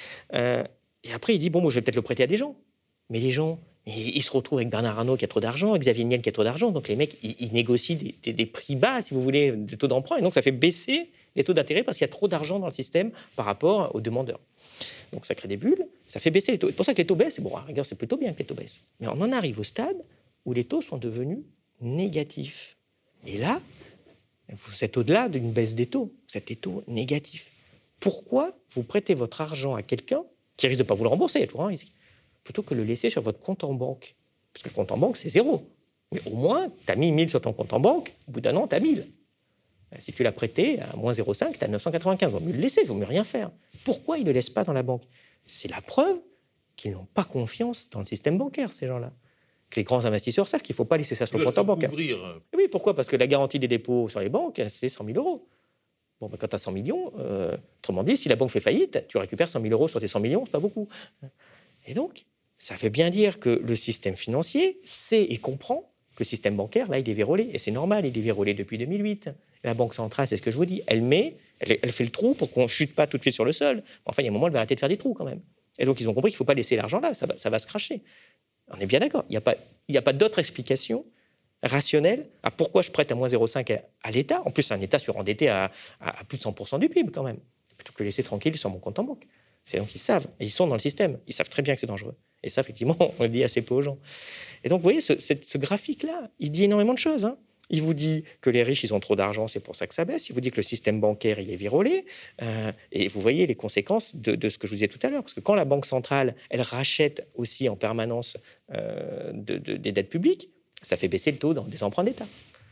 [SPEAKER 2] Et après, il dit, bon, moi, je vais peut-être le prêter à des gens. Mais les gens, ils se retrouvent avec Bernard Arnault qui a trop d'argent, avec Xavier Niel qui a trop d'argent. Donc les mecs, ils négocient des prix bas, si vous voulez, de taux d'emprunt. Et donc ça fait baisser les taux d'intérêt parce qu'il y a trop d'argent dans le système par rapport aux demandeurs. Donc ça crée des bulles, ça fait baisser les taux. C'est pour ça que les taux baissent. Bon, regarde, c'est plutôt bien que les taux baissent. Mais on en arrive au stade où les taux sont devenus négatifs. Et là, vous êtes au-delà d'une baisse des taux. Vous êtes des taux négatifs. Pourquoi vous prêtez votre argent à quelqu'un qui risque de ne pas vous le rembourser, il y a toujours un risque, plutôt que de le laisser sur votre compte en banque? Parce que le compte en banque, c'est 0. Mais au moins, tu as mis 1000 sur ton compte en banque, au bout d'un an, tu as 1000. Si tu l'as prêté à moins 0,5, tu as 995. Il vaut mieux le laisser, il vaut mieux rien faire. Pourquoi ils ne le laissent pas dans la banque? C'est la preuve qu'ils n'ont pas confiance dans le système bancaire, ces gens-là. Que les grands investisseurs savent qu'il ne faut pas laisser ça sur le compte en banque. Oui, pourquoi? Parce que la garantie des dépôts sur les banques, c'est 100 000 euros. Bon, quand tu as 100 millions, autrement dit, si la banque fait faillite, tu récupères 100 000 euros sur tes 100 millions, c'est pas beaucoup. Et donc, ça veut bien dire que le système financier sait et comprend que le système bancaire, là, il est vérolé. Et c'est normal, il est vérolé depuis 2008. La Banque centrale, c'est ce que je vous dis, elle fait le trou pour qu'on ne chute pas tout de suite sur le sol. Enfin, il y a un moment, elle va arrêter de faire des trous quand même. Et donc, ils ont compris qu'il ne faut pas laisser l'argent là, ça va se cracher. On est bien d'accord. Il n'y a pas d'autre explication rationnelle à pourquoi je prête à moins 0,5 à l'État. En plus, c'est un État surendetté à plus de 100% du PIB quand même. Plutôt que de le laisser tranquille sur mon compte en banque. C'est donc ils savent, et ils sont dans le système. Ils savent très bien que c'est dangereux. Et ça, effectivement, on le dit assez peu aux gens. Et donc, vous voyez, ce graphique-là, il dit énormément de choses. Il vous dit que les riches, ils ont trop d'argent, c'est pour ça que ça baisse. Il vous dit que le système bancaire, il est vérolé. Et vous voyez les conséquences de ce que je vous disais tout à l'heure. Parce que quand la Banque centrale, elle rachète aussi en permanence des dettes publiques, ça fait baisser le taux des emprunts d'État.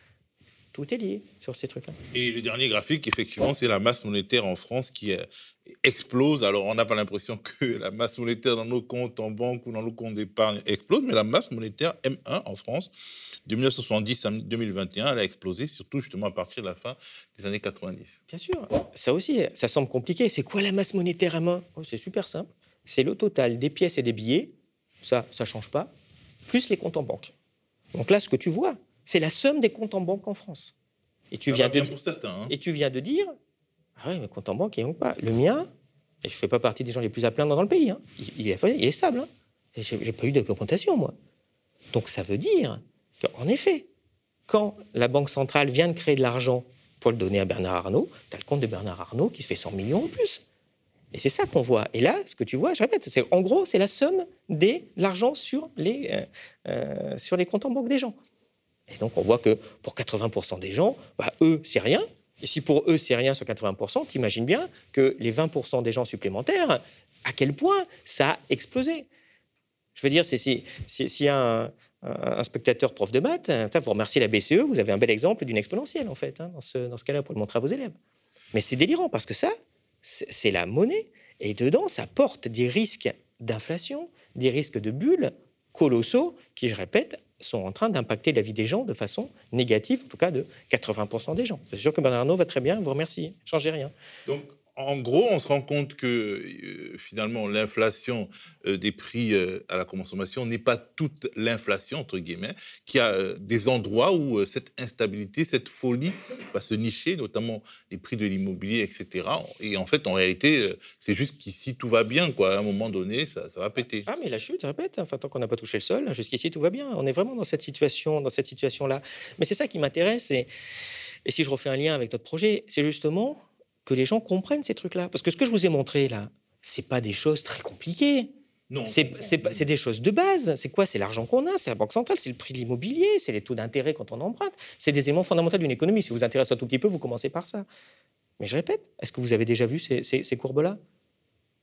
[SPEAKER 2] Tout est lié sur ces trucs-là.
[SPEAKER 1] Et le dernier graphique, effectivement, c'est la masse monétaire en France qui explose. Alors, on n'a pas l'impression que la masse monétaire dans nos comptes en banque ou dans nos comptes d'épargne explose, mais la masse monétaire M1 en France, de 1970 à 2021, elle a explosé, surtout justement à partir de la fin des années 90.
[SPEAKER 2] Bien sûr. Ça aussi, ça semble compliqué. C'est quoi la masse monétaire M1? C'est super simple. C'est le total des pièces et des billets, ça ne change pas, plus les comptes en banque. Donc là, ce que tu vois, c'est la somme des comptes en banque en France. Et tu viens
[SPEAKER 1] pour certains.
[SPEAKER 2] Et tu viens de dire, ah oui, mes comptes en banque, ils n'ont pas. Le mien, et je ne fais pas partie des gens les plus à plaindre dans le pays, il est stable. Je n'ai pas eu d'augmentation, moi. Donc ça veut dire qu'en effet, quand la Banque centrale vient de créer de l'argent pour le donner à Bernard Arnault, tu as le compte de Bernard Arnault qui fait 100 millions en plus. Et c'est ça qu'on voit. Et là, ce que tu vois, je répète, en gros, c'est la somme de l'argent sur les comptes en banque des gens. Et donc, on voit que pour 80% des gens, eux, c'est rien. Et si pour eux, c'est rien sur 80%, t'imagines bien que les 20% des gens supplémentaires, à quel point ça a explosé. Je veux dire, s'il y a un spectateur prof de maths, vous remerciez la BCE, vous avez un bel exemple d'une exponentielle, en fait, dans ce cas-là, pour le montrer à vos élèves. Mais c'est délirant, parce que ça, c'est la monnaie. Et dedans, ça porte des risques d'inflation, des risques de bulles colossaux qui, je répète, sont en train d'impacter la vie des gens de façon négative, en tout cas de 80% des gens. C'est sûr que Bernard Arnault va très bien, vous remercie, ne changez rien.
[SPEAKER 1] Donc, en gros, on se rend compte que finalement, l'inflation des prix à la consommation n'est pas toute l'inflation, entre guillemets, qu'il y a des endroits où cette instabilité, cette folie va se nicher, notamment les prix de l'immobilier, etc. Et en fait, en réalité, c'est juste qu'ici, tout va bien, quoi. À un moment donné, ça va péter.
[SPEAKER 2] Ah, mais la chute, je répète, tant qu'on n'a pas touché le sol, jusqu'ici, tout va bien. On est vraiment dans cette situation-là. Mais c'est ça qui m'intéresse. Et si je refais un lien avec notre projet, c'est justement que les gens comprennent ces trucs-là. Parce que ce que je vous ai montré, là, c'est pas des choses très compliquées. Non. C'est des choses de base. C'est quoi? C'est l'argent qu'on a, c'est la Banque centrale, c'est le prix de l'immobilier, c'est les taux d'intérêt quand on emprunte. C'est des éléments fondamentaux d'une économie. Si vous vous intéressez un tout petit peu, vous commencez par ça. Mais je répète, est-ce que vous avez déjà vu ces courbes-là?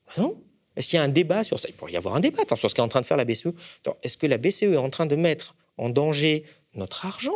[SPEAKER 2] Non. Est-ce qu'il y a un débat sur ça? Il pourrait y avoir un débat sur ce qu'est en train de faire la BCE. Est-ce que la BCE est en train de mettre en danger notre argent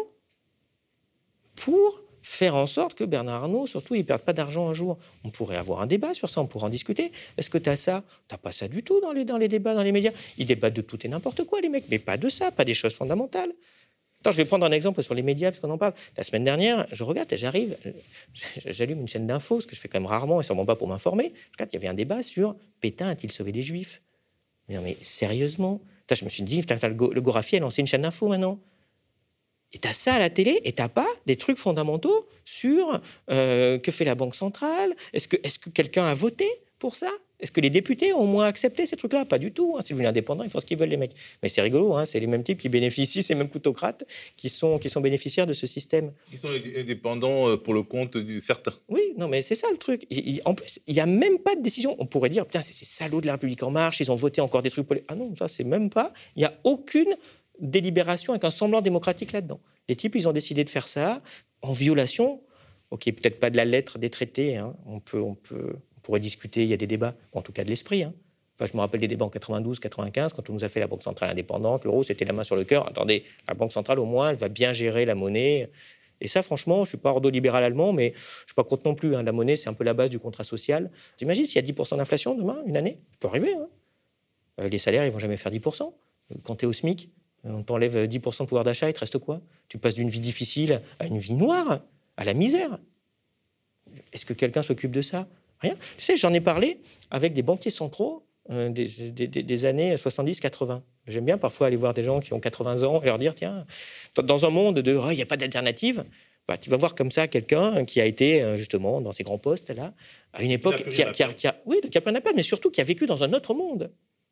[SPEAKER 2] pour faire en sorte que Bernard Arnault, surtout, il ne perde pas d'argent un jour? On pourrait avoir un débat sur ça, on pourrait en discuter. Est-ce que tu as ça? Tu n'as pas ça du tout dans les débats, dans les médias. Ils débattent de tout et n'importe quoi, les mecs, mais pas de ça, pas des choses fondamentales. Attends, je vais prendre un exemple sur les médias, parce qu'on en parle. La semaine dernière, je regarde, j'arrive, j'allume une chaîne d'infos, ce que je fais quand même rarement, et sûrement pas pour m'informer. Je regarde, il y avait un débat sur Pétain a-t-il sauvé des Juifs? Mais non, mais sérieusement? Putain, je me suis dit, le Gorafi a lancé une chaîne d'infos maintenant. Et t'as ça à la télé, et t'as pas des trucs fondamentaux sur que fait la Banque centrale. Est-ce que quelqu'un a voté pour ça? Est-ce que les députés ont au moins accepté ces trucs-là? Pas du tout. Hein. C'est devenu indépendant, ils font ce qu'ils veulent, les mecs. Mais c'est rigolo, hein. C'est les mêmes types qui bénéficient, ces mêmes plutocrates qui sont bénéficiaires de ce système.
[SPEAKER 1] Ils sont indépendants pour le compte de certains.
[SPEAKER 2] Oui, non, mais c'est ça le truc. En plus, il n'y a même pas de décision. On pourrait dire, putain, c'est ces salauds de la République En Marche, ils ont voté encore des trucs. Ah non, ça, c'est même pas. Il n'y a aucune délibération avec un semblant démocratique là-dedans. Les types, ils ont décidé de faire ça en violation. Ok, peut-être pas de la lettre des traités. Hein. On pourrait discuter, il y a des débats, en tout cas de l'esprit. Hein. Enfin, je me rappelle des débats en 92, 95, quand on nous a fait la Banque centrale indépendante. L'euro, c'était la main sur le cœur. Attendez, la Banque centrale, au moins, elle va bien gérer la monnaie. Et ça, franchement, je ne suis pas ordolibéral allemand, mais je ne suis pas contre non plus. Hein. La monnaie, c'est un peu la base du contrat social. T'imagines s'il y a 10% d'inflation demain, une année? Ça peut arriver. Hein. Les salaires, ils ne vont jamais faire 10%. Quand tu es au SMIC, on t'enlève 10% de pouvoir d'achat, il te reste quoi? Tu passes d'une vie difficile à une vie noire, à la misère. Est-ce que quelqu'un s'occupe de ça? Rien. Tu sais, j'en ai parlé avec des banquiers centraux des années 70-80. J'aime bien parfois aller voir des gens qui ont 80 ans et leur dire, tiens, dans un monde de « il n'y a pas d'alternative », bah, tu vas voir comme ça quelqu'un qui a été justement dans ces grands postes-là, à une époque qui a pris un appel, mais surtout qui a vécu dans un autre monde.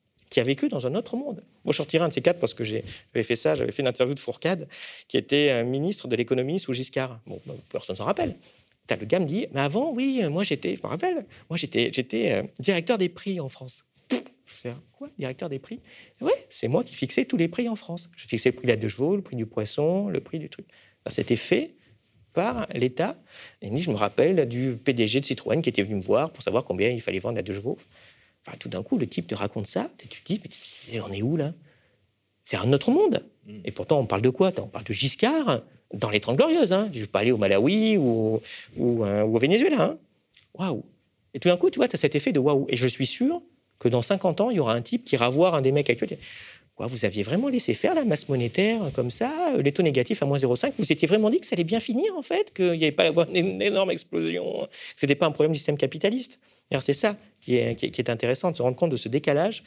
[SPEAKER 2] Moi, je sortirai un de ces quatre parce que j'avais fait une interview de Fourcade, qui était ministre de l'économie sous Giscard. Bon, personne ne s'en rappelle. Le gars me dit, mais avant, oui, je me rappelle, j'étais directeur des prix en France. Je fais, quoi, directeur des prix? Oui, c'est moi qui fixais tous les prix en France. Je fixais le prix de la 2 chevaux, le prix du poisson, le prix du truc. Ça, c'était fait par l'État. Et je me rappelle du PDG de Citroën qui était venu me voir pour savoir combien il fallait vendre la 2 chevaux. Enfin, tout d'un coup, le type te raconte ça, tu te dis, mais on est où, là? C'est un autre monde. Et pourtant, on parle de quoi? On parle de Giscard dans les 30 Glorieuses. Hein. Je ne vais pas aller au Malawi ou au Venezuela. Hein. Waouh! Et tout d'un coup, tu vois, tu as cet effet de waouh. Et je suis sûr que dans 50 ans, il y aura un type qui ira voir un des mecs actuels. Quoi, vous aviez vraiment laissé faire la masse monétaire comme ça, les taux négatifs à moins 0,5? Vous étiez vraiment dit que ça allait bien finir, en fait, qu'il n'y allait pas avoir une énorme explosion, que ce n'était pas un problème du système capitaliste? Alors, c'est ça qui est intéressant, de se rendre compte de ce décalage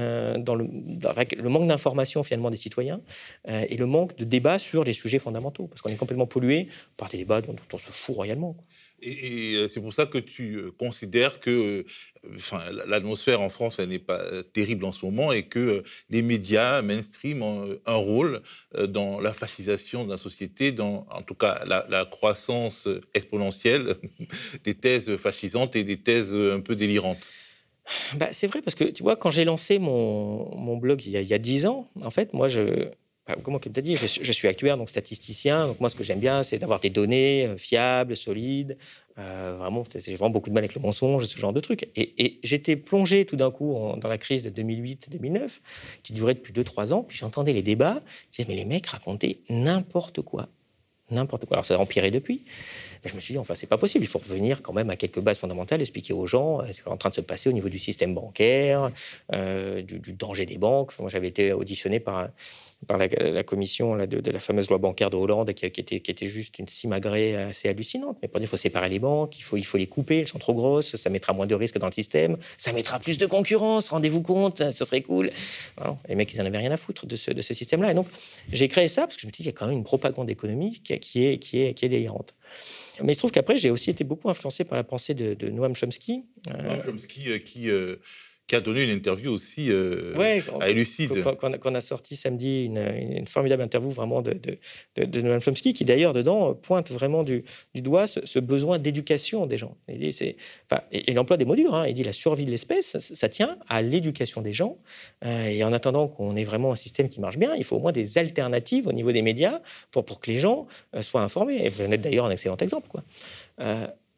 [SPEAKER 2] avec le manque d'information finalement des citoyens et le manque de débat sur les sujets fondamentaux, parce qu'on est complètement pollué par des débats dont on se fout royalement. Quoi.
[SPEAKER 1] Et c'est pour ça que tu considères que l'atmosphère en France, elle n'est pas terrible en ce moment et que les médias mainstream ont un rôle dans la fascisation de la société, en tout cas la croissance exponentielle des thèses fascisantes et des thèses un peu délirantes.
[SPEAKER 2] Bah, c'est vrai, parce que tu vois, quand j'ai lancé mon blog il y a 10 ans, en fait, moi, comme tu as dit, je suis actuaire, donc statisticien. Donc moi, ce que j'aime bien, c'est d'avoir des données fiables, solides. J'ai vraiment beaucoup de mal avec le mensonge, ce genre de trucs. Et j'étais plongé tout d'un coup dans la crise de 2008-2009, qui durait depuis 2-3 ans. Puis j'entendais les débats. Je disais, mais les mecs racontaient n'importe quoi. N'importe quoi. Alors ça a empiré depuis. Mais je me suis dit, enfin, c'est pas possible. Il faut revenir quand même à quelques bases fondamentales, expliquer aux gens ce qui est en train de se passer au niveau du système bancaire, du danger des banques. Moi, j'avais été auditionné par la commission de la fameuse loi bancaire de Hollande, qui était juste une simagrée assez hallucinante. Mais pour dire, il faut séparer les banques, il faut les couper, elles sont trop grosses, ça mettra moins de risques dans le système, ça mettra plus de concurrence, rendez-vous compte, ce serait cool. Non, les mecs, ils en avaient rien à foutre de ce système-là. Et donc, j'ai créé ça parce que je me dis qu'il y a quand même une propagande économique qui est délirante. Mais il se trouve qu'après, j'ai aussi été beaucoup influencé par la pensée de Noam Chomsky.
[SPEAKER 1] Noam Chomsky qui a donné une interview aussi à Elucide.
[SPEAKER 2] Qu'on a sorti samedi, une formidable interview vraiment de Noam Chomsky, qui d'ailleurs, dedans, pointe vraiment du doigt ce besoin d'éducation des gens. Il emploie des mots durs. Hein. Il dit la survie de l'espèce, ça tient à l'éducation des gens. Et en attendant qu'on ait vraiment un système qui marche bien, il faut au moins des alternatives au niveau des médias pour que les gens soient informés. Et vous en êtes d'ailleurs un excellent exemple. Quoi.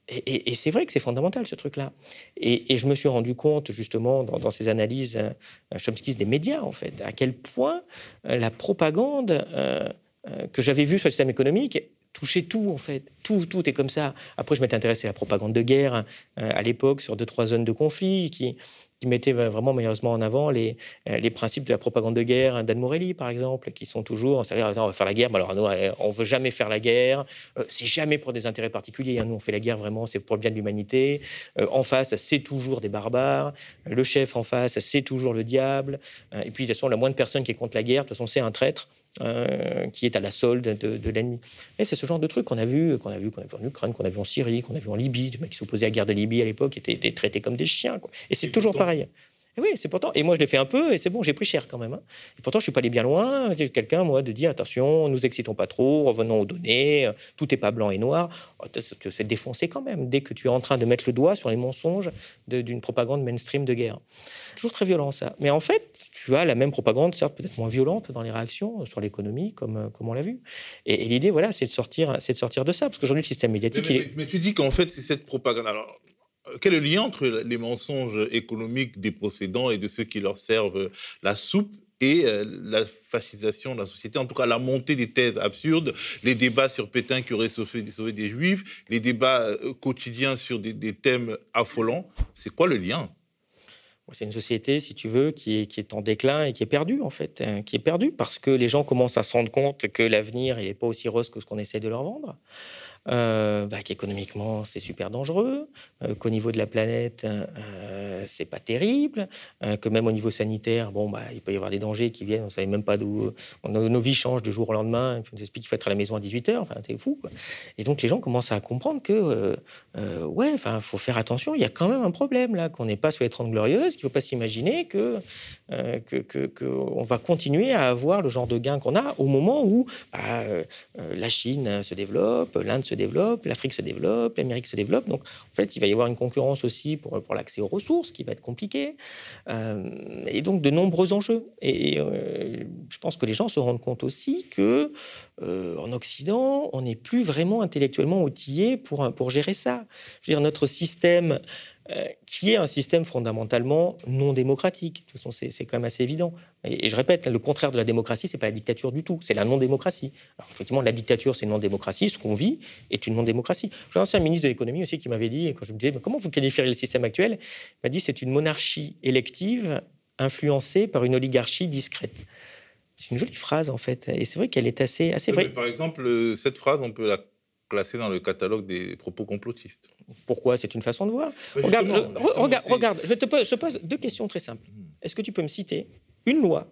[SPEAKER 2] Et c'est vrai que c'est fondamental, ce truc-là. Et je me suis rendu compte, justement, dans ces analyses chomskistes des médias, en fait, à quel point la propagande que j'avais vue sur le système économique touchait tout, en fait. Tout est comme ça. Après, je m'étais intéressé à la propagande de guerre à l'époque, sur 2-3 zones de conflit qui mettait vraiment malheureusement en avant les principes de la propagande de guerre d'Anne Morelli, par exemple, qui sont toujours, c'est-à-dire, on va faire la guerre, mais alors nous, on ne veut jamais faire la guerre, c'est jamais pour des intérêts particuliers, nous on fait la guerre vraiment, c'est pour le bien de l'humanité, en face, c'est toujours des barbares, le chef en face, c'est toujours le diable, et puis de toute façon, la moindre personne qui est contre la guerre, de toute façon, c'est un traître. Qui est à la solde de l'ennemi. Et c'est ce genre de truc qu'on a vu en Ukraine, qu'on a vu en Syrie, qu'on a vu en Libye, des mecs qui s'opposaient à la guerre de Libye à l'époque étaient traités comme des chiens, quoi. Et c'est toujours pareil. Et oui, c'est pourtant. Et moi, je l'ai fait un peu, et c'est bon, j'ai pris cher quand même. Et pourtant, je suis pas allé bien loin. J'ai quelqu'un, moi, de dire attention, nous excitons pas trop, revenons aux données, tout est pas blanc et noir. Tu te fais défoncer quand même dès que tu es en train de mettre le doigt sur les mensonges d'une propagande mainstream de guerre. Toujours très violent, ça. Mais en fait, tu as la même propagande, certes peut-être moins violente dans les réactions sur l'économie, comme on l'a vu. Et l'idée, voilà, c'est de sortir de ça, parce qu'aujourd'hui, le système médiatique.
[SPEAKER 1] Mais tu dis qu'en fait, c'est cette propagande. Alors, quel est le lien entre les mensonges économiques des possédants et de ceux qui leur servent la soupe et la fascisation de la société, en tout cas la montée des thèses absurdes, les débats sur Pétain qui aurait sauvé des Juifs, les débats quotidiens sur des thèmes affolants? C'est quoi le lien?
[SPEAKER 2] C'est une société, si tu veux, qui est en déclin et qui est perdue, en fait. Qui est perdue parce que les gens commencent à se rendre compte que l'avenir n'est pas aussi rose que ce qu'on essaie de leur vendre. Qu'économiquement, c'est super dangereux, qu'au niveau de la planète, c'est pas terrible, que même au niveau sanitaire, il peut y avoir des dangers qui viennent, on ne savait même pas d'où. Nos vies changent de jour au lendemain, et puis on nous explique qu'il faut être à la maison à 18h, enfin, c'est fou, quoi. Et donc, les gens commencent à comprendre que, faut faire attention, il y a quand même un problème, là, qu'on n'est pas sur les 30 Glorieuses, qu'il ne faut pas s'imaginer que on va continuer à avoir le genre de gain qu'on a au moment où la Chine se développe, l'Inde se développe, l'Afrique se développe, l'Amérique se développe. Donc, en fait, il va y avoir une concurrence aussi pour l'accès aux ressources, qui va être compliqué. Et donc, de nombreux enjeux. Et je pense que les gens se rendent compte aussi que en Occident, on n'est plus vraiment intellectuellement outillé pour gérer ça. Je veux dire, notre système qui est un système fondamentalement non démocratique. De toute façon, c'est quand même assez évident. Et je répète, le contraire de la démocratie, c'est pas la dictature du tout, c'est la non-démocratie. Alors, effectivement, la dictature, c'est une non-démocratie. Ce qu'on vit est une non-démocratie. J'ai un ancien ministre de l'économie aussi qui m'avait dit, quand je me disais, comment vous qualifieriez le système actuel, il m'a dit, c'est une monarchie élective influencée par une oligarchie discrète. C'est une jolie phrase, en fait. Et c'est vrai qu'elle est assez vraie.
[SPEAKER 1] Par exemple, cette phrase, on peut la classer dans le catalogue des propos complotistes.
[SPEAKER 2] Pourquoi? C'est une façon de voir. Regarde, je te pose 2 questions très simples. Est-ce que tu peux me citer une loi,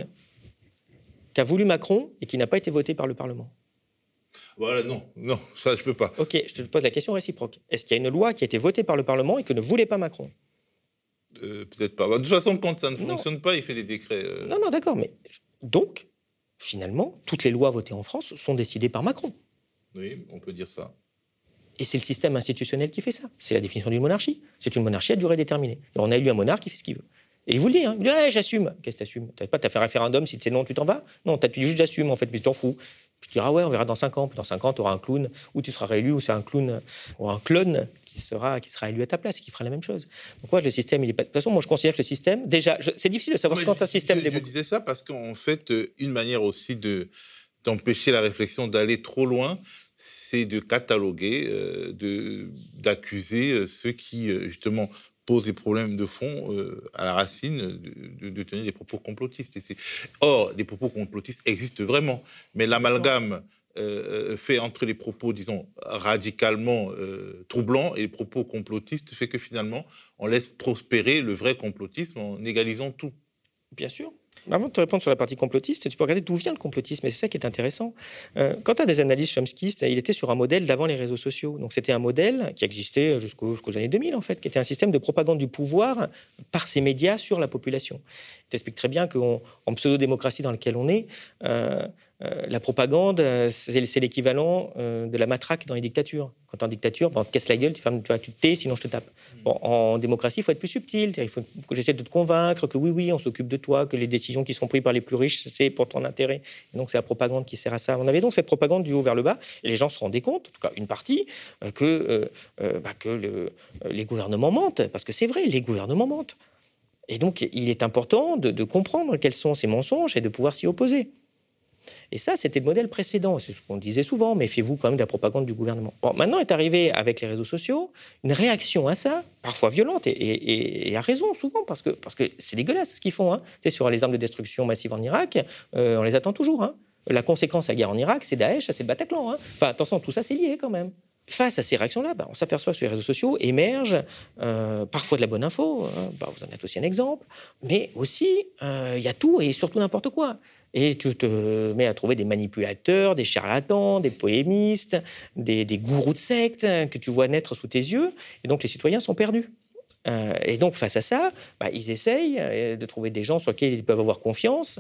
[SPEAKER 2] qu'a voulu Macron et qui n'a pas été votée par le Parlement?
[SPEAKER 1] Voilà, non, ça je peux pas.
[SPEAKER 2] Ok, je te pose la question réciproque. Est-ce qu'il y a une loi qui a été votée par le Parlement et que ne voulait pas Macron?
[SPEAKER 1] Peut-être pas. De toute façon, quand ça ne fonctionne pas, il fait des décrets.
[SPEAKER 2] Non, d'accord, mais donc, finalement, toutes les lois votées en France sont décidées par Macron.
[SPEAKER 1] Oui, on peut dire ça.
[SPEAKER 2] Et c'est le système institutionnel qui fait ça. C'est la définition d'une monarchie. C'est une monarchie à durée déterminée. Et on a élu un monarque qui fait ce qu'il veut. Et il vous le dit, hein. Il dit, j'assume. Qu'est-ce que t'assumes? T'as fait un référendum, si c'est non, tu t'en vas? Non, tu dis juste j'assume, en fait, mais tu t'en fous. Tu te diras, on verra dans 5 ans. Puis dans 5 ans, tu auras un clown, ou tu seras réélu, ou c'est un clown, ou un clone qui sera élu à ta place, qui fera la même chose. Donc, ouais, le système, il est pas. De toute façon, moi, je considère que le système, déjà, c'est difficile de savoir quand un système.
[SPEAKER 1] Je disais ça parce qu'en fait, une manière aussi d'empêcher la réflexion d'aller trop loin, c'est de cataloguer, d'accuser ceux qui, justement, posent des problèmes de fond à la racine de tenir des propos complotistes. Or, les propos complotistes existent vraiment, mais l'amalgame fait entre les propos, disons, radicalement troublants et les propos complotistes fait que finalement, on laisse prospérer le vrai complotisme en égalisant tout.
[SPEAKER 2] Bien sûr. Avant de te répondre sur la partie complotiste, tu peux regarder d'où vient le complotisme, et c'est ça qui est intéressant. Quand tu as des analyses chomskistes, il était sur un modèle d'avant les réseaux sociaux. Donc c'était un modèle qui existait jusqu'aux années 2000, en fait, qui était un système de propagande du pouvoir par ces médias sur la population. Il t'explique très bien qu'en pseudo-démocratie dans laquelle on est, La propagande, c'est l'équivalent de la matraque dans les dictatures. Quand tu es en dictature, on te casse la gueule, tu te tais, sinon je te tape. Bon, en démocratie, il faut être plus subtil. Il faut que j'essaie de te convaincre que oui, on s'occupe de toi, que les décisions qui sont prises par les plus riches, c'est pour ton intérêt. Et donc, c'est la propagande qui sert à ça. On avait donc cette propagande du haut vers le bas, et les gens se rendaient compte, en tout cas une partie, que les gouvernements mentent. Parce que c'est vrai, les gouvernements mentent. Et donc, il est important de comprendre quels sont ces mensonges et de pouvoir s'y opposer. Et ça, c'était le modèle précédent. C'est ce qu'on disait souvent, méfiez-vous quand même de la propagande du gouvernement. Bon, maintenant est arrivé, avec les réseaux sociaux, une réaction à ça, parfois violente, et à raison souvent, parce que c'est dégueulasse ce qu'ils font. Hein. Tu sais, sur les armes de destruction massive en Irak, on les attend toujours. Hein. La conséquence de la guerre en Irak, c'est Daesh, c'est le Bataclan. Hein. Enfin, attention, tout ça, c'est lié quand même. Face à ces réactions-là, on s'aperçoit que sur les réseaux sociaux émerge parfois de la bonne info, hein, vous en êtes aussi un exemple, mais aussi il y a tout et surtout n'importe quoi. Et tu te mets à trouver des manipulateurs, des charlatans, des polémistes, des gourous de sectes que tu vois naître sous tes yeux, et donc les citoyens sont perdus. Et donc, face à ça, ils essayent de trouver des gens sur lesquels ils peuvent avoir confiance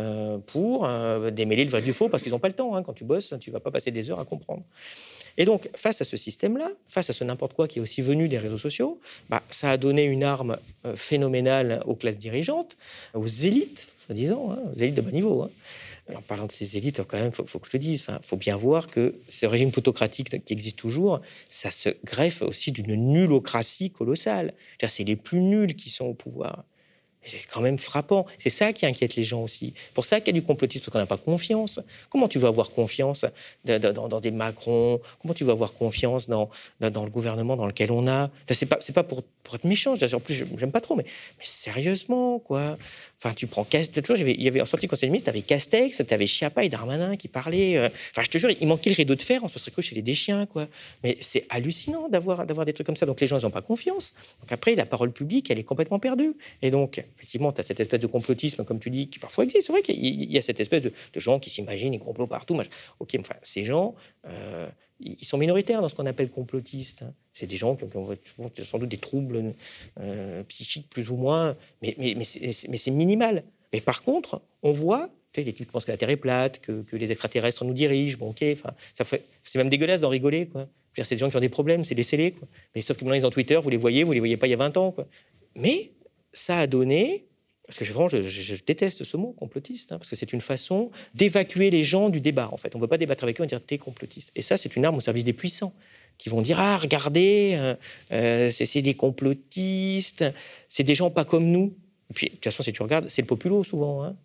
[SPEAKER 2] pour démêler le vrai du faux, parce qu'ils n'ont pas le temps. Hein. Quand tu bosses, tu ne vas pas passer des heures à comprendre. Et donc, face à ce système-là, face à ce n'importe quoi qui est aussi venu des réseaux sociaux, ça a donné une arme phénoménale aux classes dirigeantes, aux élites, soi-disant, hein, aux élites de bas niveau. Hein. En parlant de ces élites, quand même, faut que je le dise, faut bien voir que ce régime plutocratique qui existe toujours, ça se greffe aussi d'une nullocratie colossale. C'est les plus nuls qui sont au pouvoir. C'est quand même frappant. C'est ça qui inquiète les gens aussi. Pour ça qu'il y a du complotisme, parce qu'on n'a pas confiance. Comment tu veux avoir confiance dans des Macron? Comment tu veux avoir confiance dans le gouvernement dans lequel on a? C'est pas pour être méchant. En plus, j'aime pas trop, mais sérieusement, quoi. Enfin, tu prends Castex. Il y avait en sortie conseil des ministres, t'avais Castex, t'avais Schiappa et Darmanin qui parlaient. Enfin, je te jure, il manquait le rideau de fer. On se serait cru chez les Deschiens, quoi. Mais c'est hallucinant d'avoir des trucs comme ça. Donc les gens, ils n'ont pas confiance. Donc après, la parole publique, elle est complètement perdue. Et donc, effectivement, tu as cette espèce de complotisme, comme tu dis, qui parfois existe. C'est vrai qu'il y a cette espèce de gens qui s'imaginent les complots partout. Ok, enfin, ces gens, ils sont minoritaires dans ce qu'on appelle complotistes. Hein. C'est des gens qui ont sans doute des troubles psychiques plus ou moins, mais c'est minimal. Mais par contre, on voit, tu sais, les types qui pensent que la Terre est plate, que les extraterrestres nous dirigent. Bon, ok, enfin, c'est même dégueulasse d'en rigoler, quoi. C'est des gens qui ont des problèmes, c'est laissez-les, quoi. Mais sauf que maintenant, ils ont Twitter, vous les voyez pas il y a 20 ans, quoi. Mais ça a donné, parce que je déteste ce mot, complotiste, hein, parce que c'est une façon d'évacuer les gens du débat, en fait. On ne veut pas débattre avec eux, on va dire t'es complotiste. Et ça, c'est une arme au service des puissants, qui vont dire ah, regardez, c'est des complotistes, c'est des gens pas comme nous. Et puis, de toute façon, si tu regardes, c'est le populo, souvent. Hein.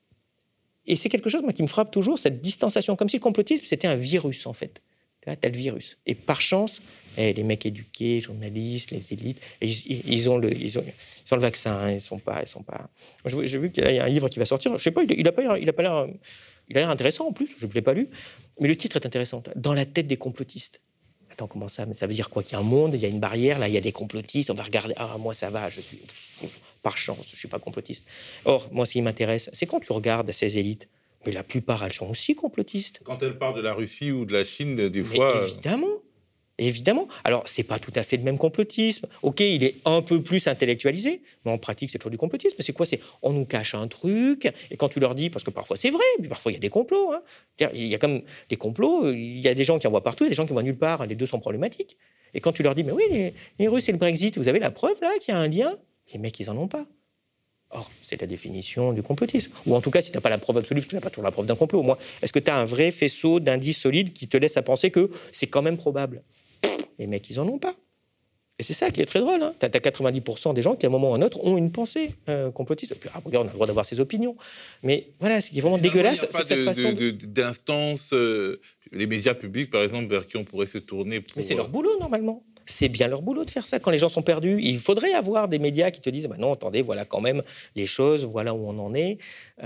[SPEAKER 2] Et c'est quelque chose, moi, qui me frappe toujours, cette distanciation, comme si le complotisme, c'était un virus, en fait. Tu as le virus. Et par chance, les mecs éduqués, journalistes, les élites, ils ont le vaccin. Hein, ils sont pas. J'ai vu qu'il y a un livre qui va sortir. Je sais pas, il a l'air intéressant en plus. Je ne l'ai pas lu, mais le titre est intéressant. Dans la tête des complotistes. Attends, comment ça? Mais ça veut dire quoi? Qu'il y a un monde, il y a une barrière, là, il y a des complotistes. On va regarder. Ah, moi, ça va. Par chance, je suis pas complotiste. Or, moi, ce qui m'intéresse, c'est quand tu regardes ces élites. Mais la plupart, elles sont aussi complotistes.
[SPEAKER 1] Quand elles parlent de la Russie ou de la Chine, des fois...
[SPEAKER 2] Évidemment. Alors, c'est pas tout à fait le même complotisme. Ok, il est un peu plus intellectualisé, mais en pratique, c'est toujours du complotisme. C'est quoi? C'est on nous cache un truc, et quand tu leur dis, parce que parfois c'est vrai, mais parfois il y a des complots. Hein. Il y a comme des complots, il y a des gens qui en voient partout, et des gens qui en voient nulle part. Les deux sont problématiques. Et quand tu leur dis, mais oui, les Russes et le Brexit, vous avez la preuve là qu'il y a un lien? Les mecs, ils en ont pas. Or, c'est la définition du complotisme. Ou en tout cas, si tu n'as pas la preuve absolue, parce que tu n'as pas toujours la preuve d'un complot, au moins, est-ce que tu as un vrai faisceau d'indices solides qui te laisse à penser que c'est quand même probable? Les mecs, ils n'en ont pas. Et c'est ça qui est très drôle. Hein. Tu as 90% des gens qui, à un moment ou à un autre, ont une pensée complotiste. Et puis, regarde, on a le droit d'avoir ses opinions. Mais voilà, ce qui est vraiment dégueulasse, c'est cette façon...
[SPEAKER 1] Il n'y a pas d'instance, les médias publics, par exemple, vers qui on pourrait se tourner pour...
[SPEAKER 2] Mais c'est leur boulot, normalement. C'est bien leur boulot de faire ça. Quand les gens sont perdus, il faudrait avoir des médias qui te disent non, attendez, voilà quand même les choses, voilà où on en est.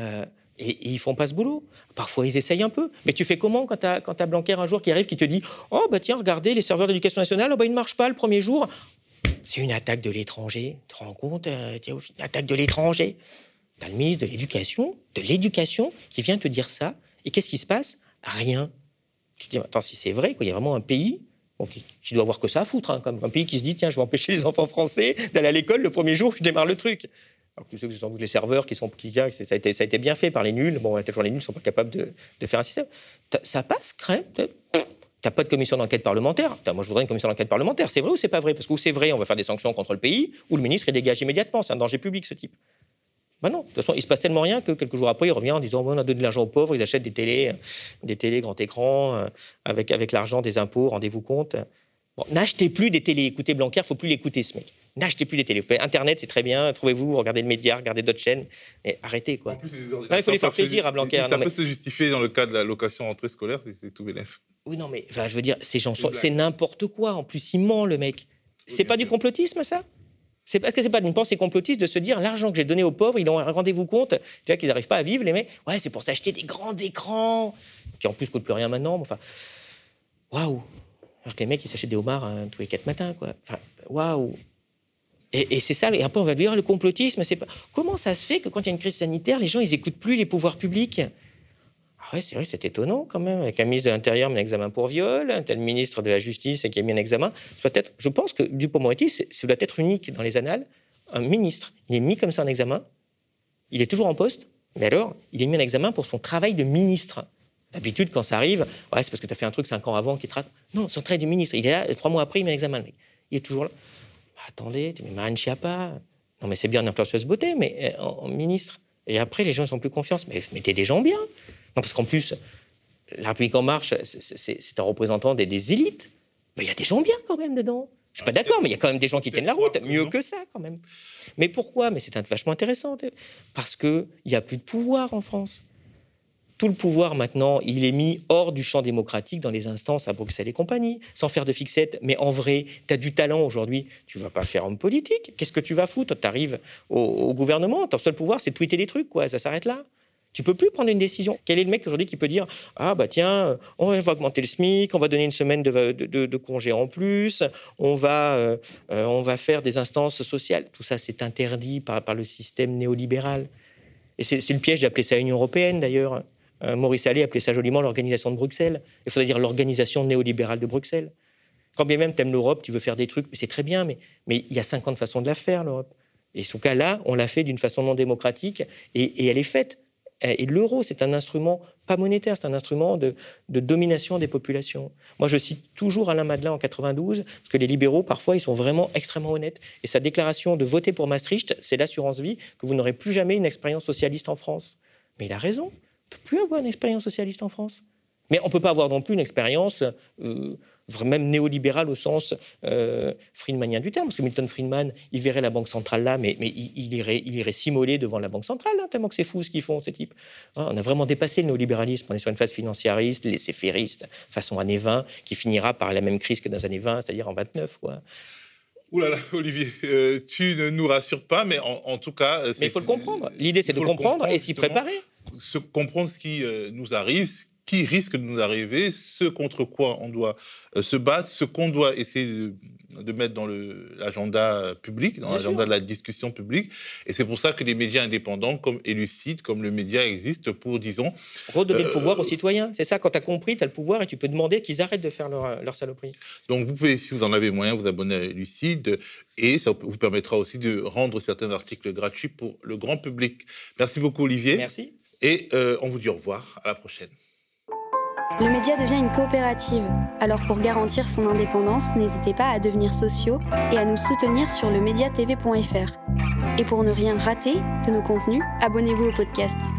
[SPEAKER 2] Et ils ne font pas ce boulot. Parfois, ils essayent un peu. Mais tu fais comment quand tu as Blanquer un jour qui arrive, qui te dit oh, bah tiens, regardez, les serveurs d'éducation nationale, ils ne marchent pas le premier jour. C'est une attaque de l'étranger. Tu te rends compte, Théophile, une attaque de l'étranger. Tu as le ministre de l'Éducation qui vient te dire ça. Et qu'est-ce qui se passe? Rien. Tu te dis attends, si c'est vrai, il y a vraiment un pays... Donc, tu dois avoir que ça à foutre, hein, comme un pays qui se dit tiens, je vais empêcher les enfants français d'aller à l'école le premier jour où je démarre le truc. Alors que tu sais que c'est sans doute les serveurs ça a été bien fait par les nuls. Bon, toujours les nuls ne sont pas capables de faire un système. Ça passe, crème. T'as pas de commission d'enquête parlementaire. Moi, je voudrais une commission d'enquête parlementaire. C'est vrai ou c'est pas vrai? Parce que c'est vrai, on va faire des sanctions contre le pays, ou le ministre est dégagé immédiatement. C'est un danger public, ce type. Ben non, de toute façon, il se passe tellement rien que quelques jours après, il revient en disant on a donné de l'argent aux pauvres, ils achètent des télés grand écran, avec l'argent des impôts, rendez-vous compte. Bon, n'achetez plus des télés. Écoutez Blanquer, il ne faut plus l'écouter, ce mec. N'achetez plus des télés. Internet, c'est très bien. Trouvez-vous, regardez le média, regardez d'autres chaînes. Mais arrêtez, quoi. En plus, il faut les faire plaisir à Blanquer.
[SPEAKER 1] Ça peut se justifier dans le cas de la location rentrée scolaire, c'est tout bénef.
[SPEAKER 2] Oui, non, mais je veux dire, ces gens c'est n'importe quoi. En plus, il ment, le mec. C'est pas du complotisme, ça? Est-ce que c'est pas une pensée complotiste de se dire l'argent que j'ai donné aux pauvres, ils ont rendez-vous compte, déjà qu'ils n'arrivent pas à vivre, les mecs. Ouais, c'est pour s'acheter des grands écrans, qui en plus coûtent plus rien maintenant. Mais enfin, waouh. Alors que les mecs, ils s'achètent des homards tous les 4 matins, quoi. Enfin, waouh. Et c'est ça. Et après, on va dire le complotisme. C'est pas. Comment ça se fait que quand il y a une crise sanitaire, les gens, ils écoutent plus les pouvoirs publics? Ah ouais, c'est vrai, c'est étonnant quand même. Avec un ministre de l'Intérieur mis en examen pour viol, un tel ministre de la Justice qui a mis en examen. Je pense que Dupond-Moretti, ça doit être unique dans les annales. Un ministre, il est mis comme ça en examen. Il est toujours en poste, mais alors, il est mis en examen pour son travail de ministre. D'habitude, quand ça arrive, ouais, c'est parce que tu as fait un truc 5 ans avant qui te rate. Non, son travail de ministre. Il est là, 3 mois après, il met en examen. Il est toujours là. Bah, attendez, tu mets Marine Schiappa. Non, mais c'est bien une influenceuse beauté, mais en ministre. Et après, les gens ils ont plus confiance. Mais mettez des gens bien. Non, parce qu'en plus, La République En Marche, c'est un représentant des élites. Il y a des gens bien quand même dedans. Je ne suis pas d'accord, mais il y a quand même des gens qui tiennent la route. Mieux que ça, quand même. Mais pourquoi? Mais c'est vachement intéressant. Parce qu'il n'y a plus de pouvoir en France. Tout le pouvoir, maintenant, il est mis hors du champ démocratique dans les instances à Bruxelles et compagnie, sans faire de fixette. Mais en vrai, tu as du talent aujourd'hui. Tu ne vas pas faire homme politique. Qu'est-ce que tu vas foutre? Tu arrives au gouvernement. Ton seul pouvoir, c'est de tweeter des trucs, quoi. Ça s'arrête là. Tu peux plus prendre une décision. Quel est le mec aujourd'hui qui peut dire « Ah bah tiens, on va augmenter le SMIC, on va donner une semaine de congé en plus, on va faire des instances sociales. » Tout ça, c'est interdit par le système néolibéral. Et c'est le piège d'appeler ça Union européenne, d'ailleurs. Maurice Allais appelait ça joliment l'organisation de Bruxelles. Il faudrait dire l'organisation néolibérale de Bruxelles. Quand bien même tu aimes l'Europe, tu veux faire des trucs, mais c'est très bien, mais il y a 50 façons de la faire, l'Europe. Et ce cas-là, on l'a fait d'une façon non démocratique, et elle est faite. Et l'euro, c'est un instrument pas monétaire, c'est un instrument de domination des populations. Moi, je cite toujours Alain Madelin en 92, parce que les libéraux, parfois, ils sont vraiment extrêmement honnêtes. Et sa déclaration de voter pour Maastricht, c'est l'assurance vie que vous n'aurez plus jamais une expérience socialiste en France. Mais il a raison, on ne peut plus avoir une expérience socialiste en France. Mais on ne peut pas avoir non plus une expérience même néolibérale au sens friedmanien du terme, parce que Milton Friedman, il verrait la Banque centrale là, mais il irait s'immoler devant la Banque centrale, hein, tellement que c'est fou ce qu'ils font, ces types. Hein, on a vraiment dépassé le néolibéralisme, on est sur une phase financiariste, laissez-fairiste, façon années 20, qui finira par la même crise que dans les années 20, c'est-à-dire en 29, quoi.
[SPEAKER 1] Ouh là là, Olivier, tu ne nous rassures pas, mais en tout cas...
[SPEAKER 2] Mais il faut le comprendre. L'idée, c'est de comprendre et s'y préparer.
[SPEAKER 1] Comprendre ce qui nous arrive, qui risque de nous arriver, ce contre quoi on doit se battre, ce qu'on doit essayer de mettre dans l'agenda public, dans l'agenda de la discussion publique. Et c'est pour ça que les médias indépendants comme Élucide, comme le média existent pour, disons...
[SPEAKER 2] redonner le pouvoir aux citoyens. C'est ça, quand tu as compris, tu as le pouvoir et tu peux demander qu'ils arrêtent de faire leur saloperie.
[SPEAKER 1] Donc vous pouvez, si vous en avez moyen, vous abonner à Élucide et ça vous permettra aussi de rendre certains articles gratuits pour le grand public. Merci beaucoup, Olivier.
[SPEAKER 2] Merci.
[SPEAKER 1] Et on vous dit au revoir. À la prochaine.
[SPEAKER 3] Le média devient une coopérative. Alors pour garantir son indépendance, n'hésitez pas à devenir sociaux et à nous soutenir sur lemediatv.fr. Et pour ne rien rater de nos contenus, abonnez-vous au podcast.